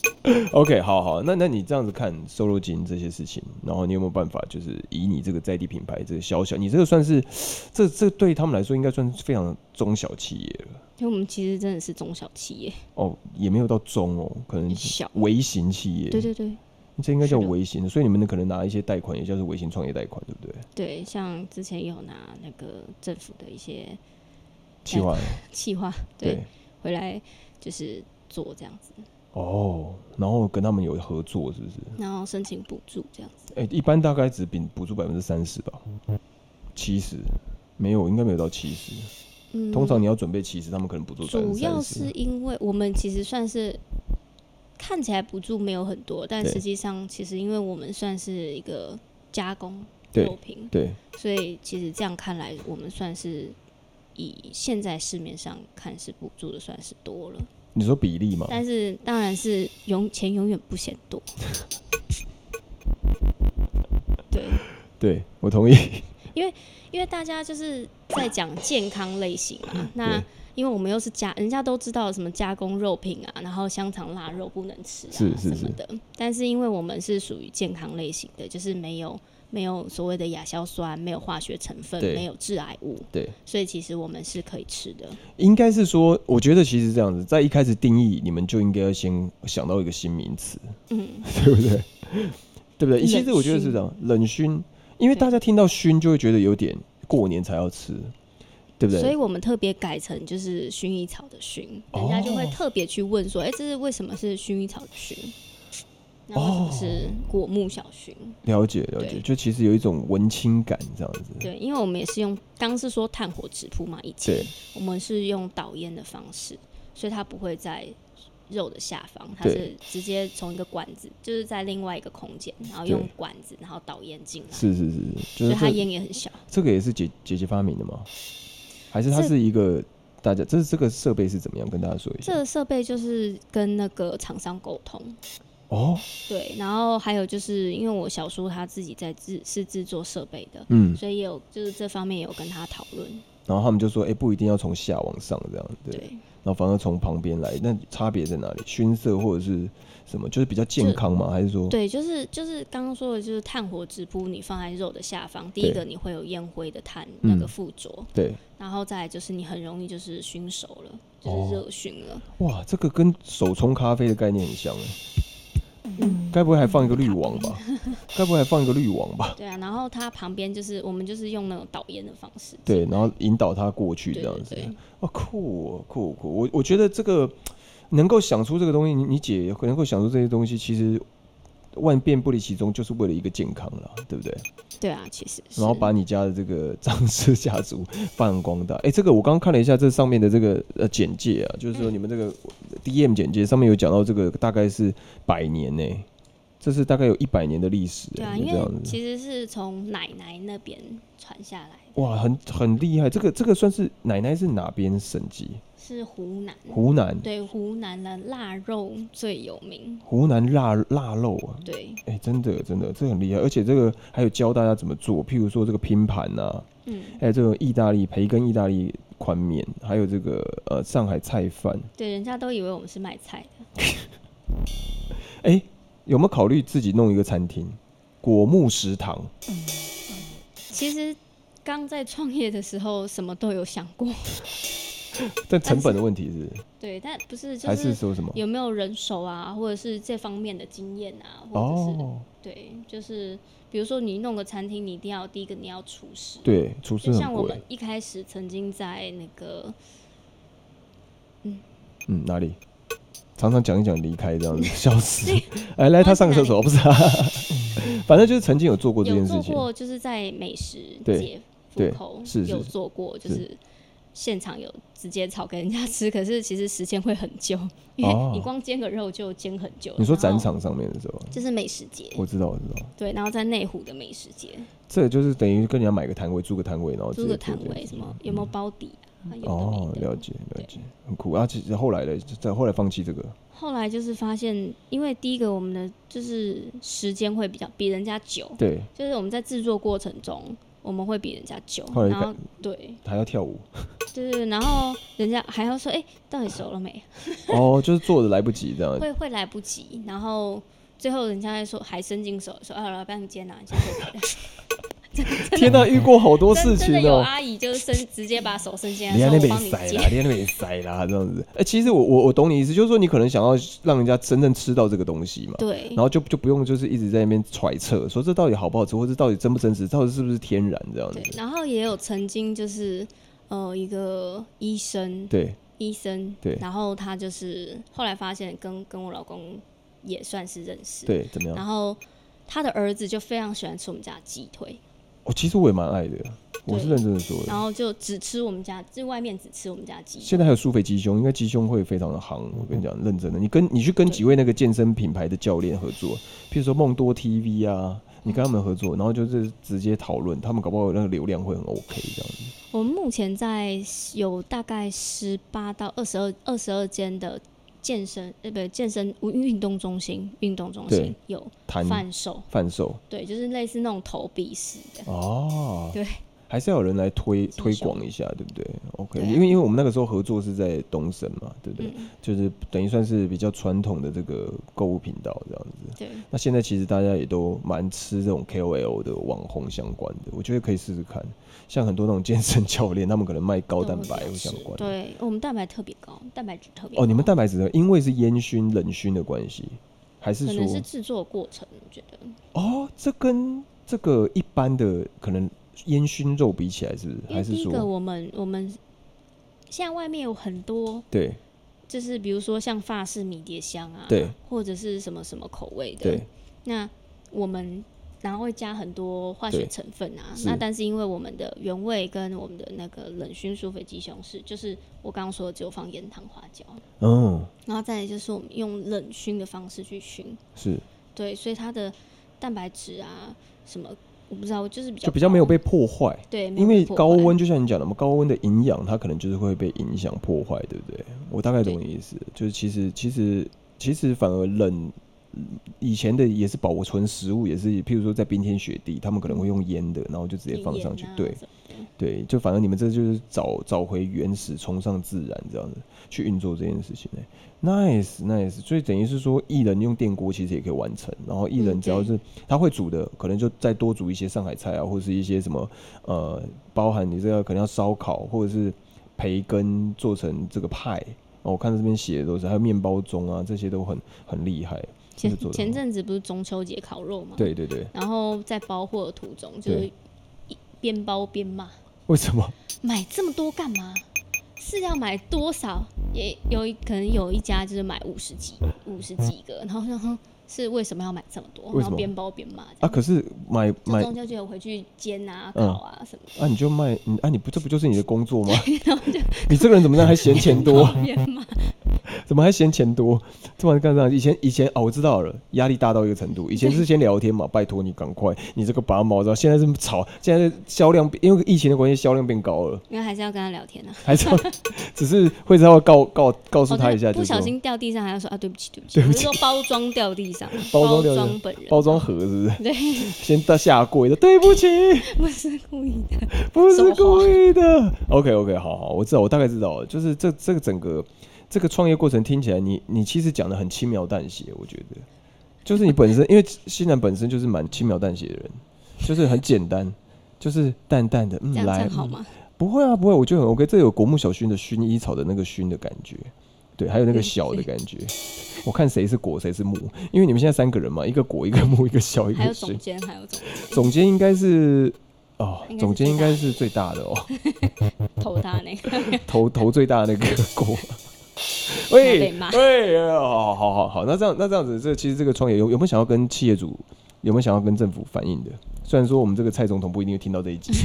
OK， 好，那你这样子看瘦肉精这些事情，然后你有没有办法，就是以你这个在地品牌这个小，你这个算是这对他们来说应该算是非常中小企业了。 因为我们其实真的是中小企业。 也没有到中可能小微型企业。 对， 这应该叫微型的，所以你们可能拿一些贷款，也叫做微型创业贷款，对不对？ 对，像之前有拿那个政府的一些企划， 对，回来就是做这样子。 哦，然后跟他们有合作是不是？ 然后申请补助这样子。 一般大概只补助30%吧，70%没有，应该没有到70%。通常你要准备70%，他们可能补助30%。 主要是因为我们其实算是看起来补助没有很多，但实际上其实因为我们算是一个加工肉品， 对， 所以其实这样看来，我们算是以现在市面上看是补助的算是多了。 你说比例吗？ 但是当然是钱永远不嫌多。 对，我同意。 因为大家就是在讲健康类型嘛，那因为我们又是人家都知道什么加工肉品啊，然后香肠腊肉不能吃啊什么的，但是因为我们是属于健康类型的，就是没有所谓的亚硝酸，没有化学成分，没有致癌物，对，所以其实我们是可以吃的。 应该是说，我觉得其实这样子，在一开始定义，你们就应该要先想到一个新名词，对不对？对不对？其实我觉得是这样，冷熏，因为大家听到熏就会觉得有点过年才要吃，对不对？ 所以我们特别改成就是薰衣草的薰，人家就会特别去问说，这是为什么是薰衣草的薰？那为什么是果木小薰？ 了解，就其实有一种文青感这样子。 对，因为我们也是用，刚是说炭火直扑嘛，以前我们是用导烟的方式，所以它不会在肉的下方，它是直接从一个管子，就是在另外一个空间，然后用管子，然后导烟进来。 是， 所以它烟也很小。 这个也是姐姐发明的吗？还是它是一个大家？这个设备是怎么样？跟大家说一下。 这个设备就是跟那个厂商沟通。对，然后还有就是因为我小叔他自己是制作设备的，所以也有就是这方面也有跟他讨论。 然后他们就说，不一定要从下往上这样，对。然后反而从旁边来，那差别在哪里？熏色或者是什么？就是比较健康吗？还是说？ 对，就是刚刚说的，就是炭火直扑，你放在肉的下方，第一个你会有烟灰的碳那个附着， 对。 然后再来就是你很容易就是熏熟了，就是热熏了。 哇，这个跟手冲咖啡的概念很像该不会还放一个滤网吧？对啊，然后它旁边就是我们就是用那种导烟的方式， 对，然后引导它过去这样子。哇，酷！我觉得这个能够想出这个东西，你姐能够想出这些东西，其实万变不离其宗，就是为了一个健康啦，对不对？ 对啊，其实是。 然后把你家的这个张氏家族发扬光大。这个我刚刚看了一下这上面的这个简介啊，就是说你们这个 DM 简介上面有讲到这个大概是100年呢，这是大概有100年的历史。 对啊，因为其实是从奶奶那边传下来的。 哇，很厉害。这个算是奶奶是哪边省级？ 是湖南，对，湖南的腊肉最有名。 湖南腊肉啊， 对， 真的，这很厉害，而且这个还有教大家怎么做，譬如说这个拼盘啊，还有这个培根意大利宽面，还有这个上海菜饭。 对，人家都以为我们是卖菜的。有没有考虑自己弄一个餐厅？果木食堂。 其实刚在创业的时候，什么都有想过。 但成本的问题是？ 对，但不是，就是还是说什么有没有人手啊，或者是这方面的经验啊，或者是对，就是比如说你弄个餐厅，你一定要第一个你要厨师， 对，厨师很贵。 就像我们一开始曾经在那个， 哪里？常常讲一讲离开这样子，笑死！来他上个厕所不是？反正就是曾经有做过这件事情， 有做过，就是在美食街入口有做过，就是现场有直接炒给人家吃，可是其实时间会很久，因为你光煎个肉就煎很久。 你说展场上面的时候， 就是美食街， 我知道。 对，然后在内湖的美食街， 这就是等于跟人家买个摊位，租个摊位，然后租个摊位，什么有没有包底啊？ 了解，很酷啊！其实后来放弃这个， 后来就是发现，因为第一个我们的就是时间会比人家久， 对， 就是我们在制作过程中。我们会比人家久，然后对还要跳舞， 对，然后人家还要说，到底熟了没？ 就是做的来不及这样， 会来不及，然后最后人家还说还伸进手说，老板你煎啊，你先做别的。 天哪，遇过好多事情真的有阿姨就是直接把手伸进来，说我帮你煎， 你那边塞啦这样子。其实我懂你意思，就是说你可能想要让人家真正吃到这个东西嘛， 对， 然后就不用就是一直在那边揣测，说这到底好不好吃，或者到底真不真实，到底是不是天然这样子。 对，然后也有曾经就是一个医生， 对， 医生， 对， 然后他就是后来发现跟我老公也算是认识， 对，怎么样？ 然后他的儿子就非常喜欢吃我们家的鸡腿， 其实我也蛮爱的，我是认真的说的。 然后就只吃我们家，就外面只吃我们家鸡腿。 现在还有舒肥鸡胸，应该鸡胸会非常的夯。我跟你讲，认真的，你去跟几位那个健身品牌的教练合作，譬如说梦多 TV 啊，你跟他们合作，然后就是直接讨论，他们搞不好那个流量会很 OK 这样子。 我们目前有大概18到22间的健身运动中心有贩售，对，就是类似那种投币式的哦，对。 还是要有人来推广一下，对不对 ？OK，因为我们那个时候合作是在东森嘛，对不对？就是等于算是比较传统的这个购物频道这样子。 对。 那现在其实大家也都蛮吃这种 KOL 的网红相关的，我觉得可以试试看。像很多那种健身教练，他们可能卖高蛋白或相关的。 对，我们蛋白特别高，蛋白质特别高。 你们蛋白质因为是烟熏、冷熏的关系，还是说可能是制作过程？我觉得。 这跟这个一般的可能。烟熏肉比起来是不是？还是说第一个我们现在外面有很多， 对， 就是比如说像法式迷迭香啊， 对， 或者是什么什么口味的， 对。 那我们然后会加很多化学成分啊，那但是因为我们的原味跟我们的那个冷熏舒肥鸡胸就是我刚刚说的只有放盐糖花椒，然后再来就是我们用冷熏的方式去熏， 是， 对，所以它的蛋白质啊什么。我不知道，就是比较没有被破坏， 对， 因为高温就像你讲的嘛，高温的营养它可能就是会被影响破坏，对不对？我大概懂你意思，就是其实反而冷，以前的也是保存食物，也是譬如说在冰天雪地，他们可能会用腌的，然后就直接放上去，对，就反正你们这就是找回原始，崇尚自然这样子去运作这件事情，nice， 所以等于是说，艺人用电锅其实也可以完成，然后艺人只要是他会煮的，可能就再多煮一些上海菜啊，或者是一些什么包含你这个可能要烧烤或者是培根做成这个派，我看这边写的都是，还有面包盅啊，这些都很厉害。 前阵子不是中秋节烤肉吗？ 对， 然后在包货的途中就是边包边骂， 为什么买这么多干嘛？是要买多少？也可能有一家就是买50几个，然后是为什么要买这么多？然后边包边骂啊！ 可是买中秋节我回去煎啊、烤啊什么的。 你就卖这不就是你的工作吗？你这个人怎么样还嫌钱多？怎么还嫌钱多？这么干这样？以前我知道了，压力大到一个程度。以前是先聊天嘛，拜托你赶快，你这个拔毛，现在是吵，现在销量因为疫情的关系，销量变高了。 因为还是要跟他聊天啊， 还是要，只是会稍微告诉他一下， 不小心掉地上还要说对不起，我是说包装掉地上，包装本人， 包装盒是不是？ 对， 先下跪的，对不起， 不是故意的， 不是故意的。OK， 好，我知道，我大概知道了，就是这个整个。这个创业过程听起来你其实讲的很轻描淡写，我觉得，就是你本身因为欣然本身就是蛮轻描淡写的人，就是很简单，就是淡淡的， 这样好吗？ 不会，我觉得很 OK， 这有果木小薰的薰衣草的那个薰的感觉，对，还有那个小的感觉。我看谁是果谁是木，因为你们现在3个人嘛，一个果一个木一个小一个薰， 还有总监应该是。总监应该是最大的哦， 投他那个头最大的那个果。喂，好，那这样子，其实这个创业有没有想要跟企业主，有没有想要跟政府反映的？虽然说我们这个蔡总统不一定会听到这一集，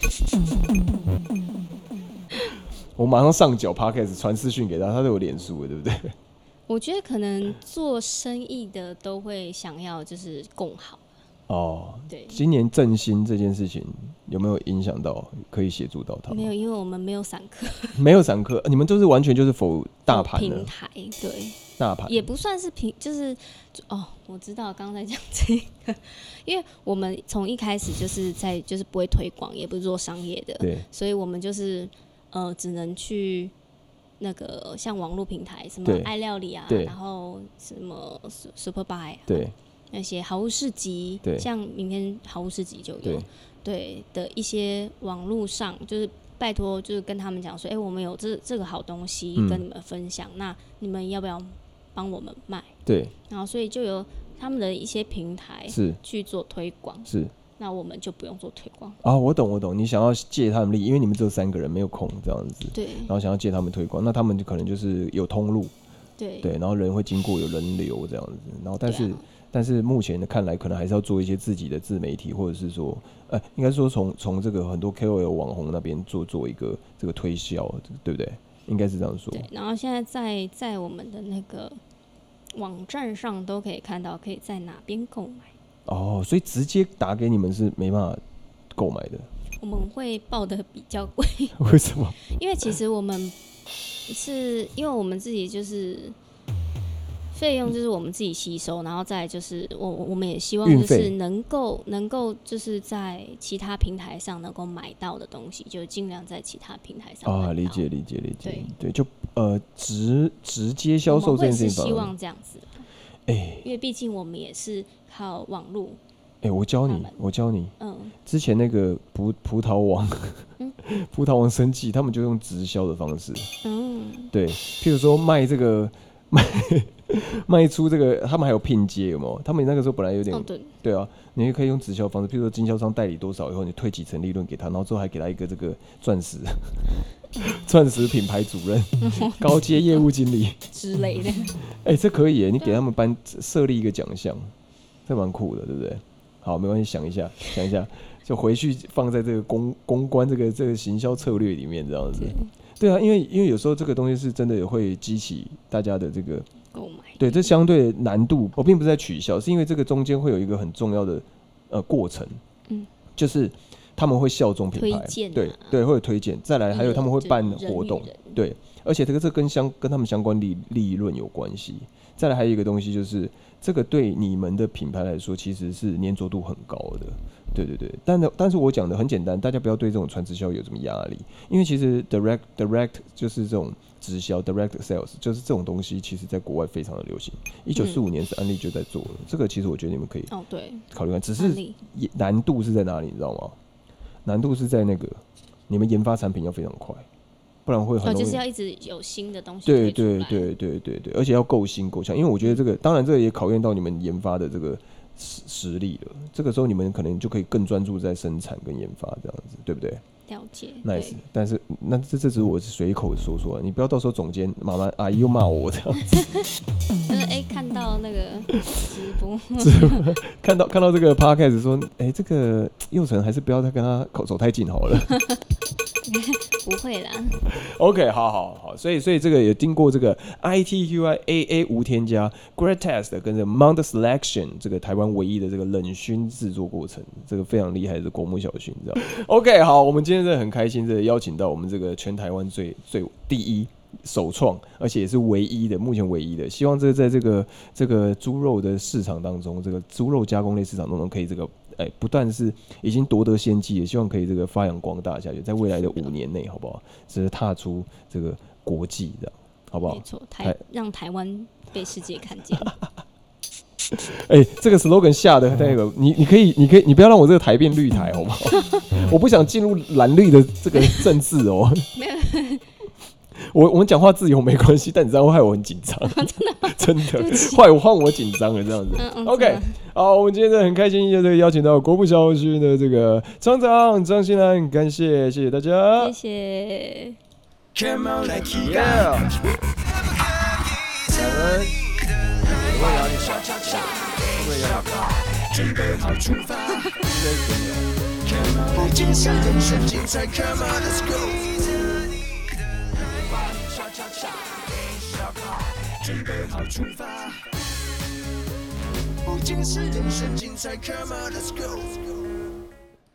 我马上上脚 Podcast 传私讯给他，他都有脸书的，对不对？ 我觉得可能做生意的都会想要就是共好。 对，今年振兴这件事情有没有影响到，可以协助到他？ 没有，因为我们没有散客， 没有散客，你们都是完全就是否大盘平台，对， 大盘也不算是就是我知道刚刚在讲这个，因为我们从一开始就是不会推广，也不是做商业的， 对， 所以我们就是只能去那个像网络平台，什么爱料理啊，然后什么 Super Buy 啊， 对。 那些好物市集，像明天好物市集就有，对的一些网络上，就是拜托，就是跟他们讲说，我们有这个好东西跟你们分享，那你们要不要帮我们卖？ 对， 然后所以就有他们的一些平台是去做推广， 是， 那我们就不用做推广啊。我懂，你想要借他们力，因为你们只有3个人没有空这样子， 对， 然后想要借他们推广，那他们可能就是有通路， 对， 然后人会经过有人流这样子，然后但是目前看来可能还是要做一些自己的自媒体，或者是说应该说从这个很多 KOL 网红那边做一个这个推销，对不对？应该是这样说。 对，然后现在在我们的那个网站上都可以看到，可以在哪边购买。 哦，所以直接打给你们是没办法购买的。 我们会报的比较贵。 为什么？ 因为其实我们是因为我们自己就是费用就是我们自己吸收，然后再来就是我们也希望就是能够就是在其他平台上能够买到的东西，就尽量在其他平台上买到。 理解。对，就直接销售这件事情， 我们会是希望这样子。因为毕竟我们也是靠网络。 我教你。之前那个葡萄王，葡萄王生气，他们就用直销的方式。对，譬如说卖这个卖出这个，他们还有拼接，有没有？他们那个时候本来有点，对啊，你也可以用直销方式，譬如说经销商代理多少以后，你退几成利润给他，然后之后还给他一个这个钻石品牌主任、高阶业务经理之类的。 这可以耶，你给他们班设立一个奖项，这蛮酷的，对不对？好，没关系，想一下，就回去放在这个公关这个行销策略里面，这样子。对啊，因为有时候这个东西是真的也会激起大家的这个购买。对， 这相对难度，我并不是在取笑，是因为这个中间会有一个很重要的过程，就是他们会效忠品牌， 推荐对，会有推荐，再来还有他们会办活动，对，而且这跟他们相关利润有关系。再来还有一个东西就是这个对你们的品牌来说其实是粘着度很高的，对，但是我讲的很简单，大家不要对这种传直销有什么压力，因为其实 direct 就是这种直销 direct sales 就是这种东西，其实在国外非常的流行。1945年是安利就在做了，这个其实我觉得你们可以考虑看，只是难度是在哪里，你知道吗？难度是在那个你们研发产品要非常快，不然会很容易， 就是要一直有新的东西推出来。 对，而且要够新够强，因为我觉得这个当然这个也考验到你们研发的这个实力了。这个时候你们可能就可以更专注在生产跟研发这样子，对不对？ 了解 ，nice。但是这只是我随口说，你不要到时候总监妈妈阿姨又骂我这样子。 就是看到那个直播看到这个 podcast 说，这个佑成还是不要再跟他走太近好了。 不会啦。 OK， 好，所以这个也经过这个 ITQIAA 无添加 Great Test 跟这个 Mount Selection 这个台湾唯一的这个冷熏制作过程，这个非常厉害的果木小薰，知道 ？OK， 好，我们今天真的很开心，这个邀请到我们这个全台湾最第一。首创，而且也是唯一的，目前唯一的。希望在这个猪肉的市场当中，这个猪肉加工类市场当中，可以这个不但是已经夺得先机，也希望可以这个发扬光大下去，在未来的5年内，好不好？只是踏出这个国际的，好不好？ 没错，让台湾被世界看见。 这个 slogan 下的那个，你可以，你不要让我这个台变绿台，好不好？我不想进入蓝绿的这个政治哦。 没有。 我们讲话自由没关系，但你知道会害我很紧张，真的，换我紧张了这样子。OK， 好，我们今天真的很开心，就是邀请到果木小薰的这个厂长张新兰，感谢大家， 谢谢。 准备好出发，不仅是人生精彩 ，Come on let's go。准备好出发，不仅是人生精彩 ，Come on let's go。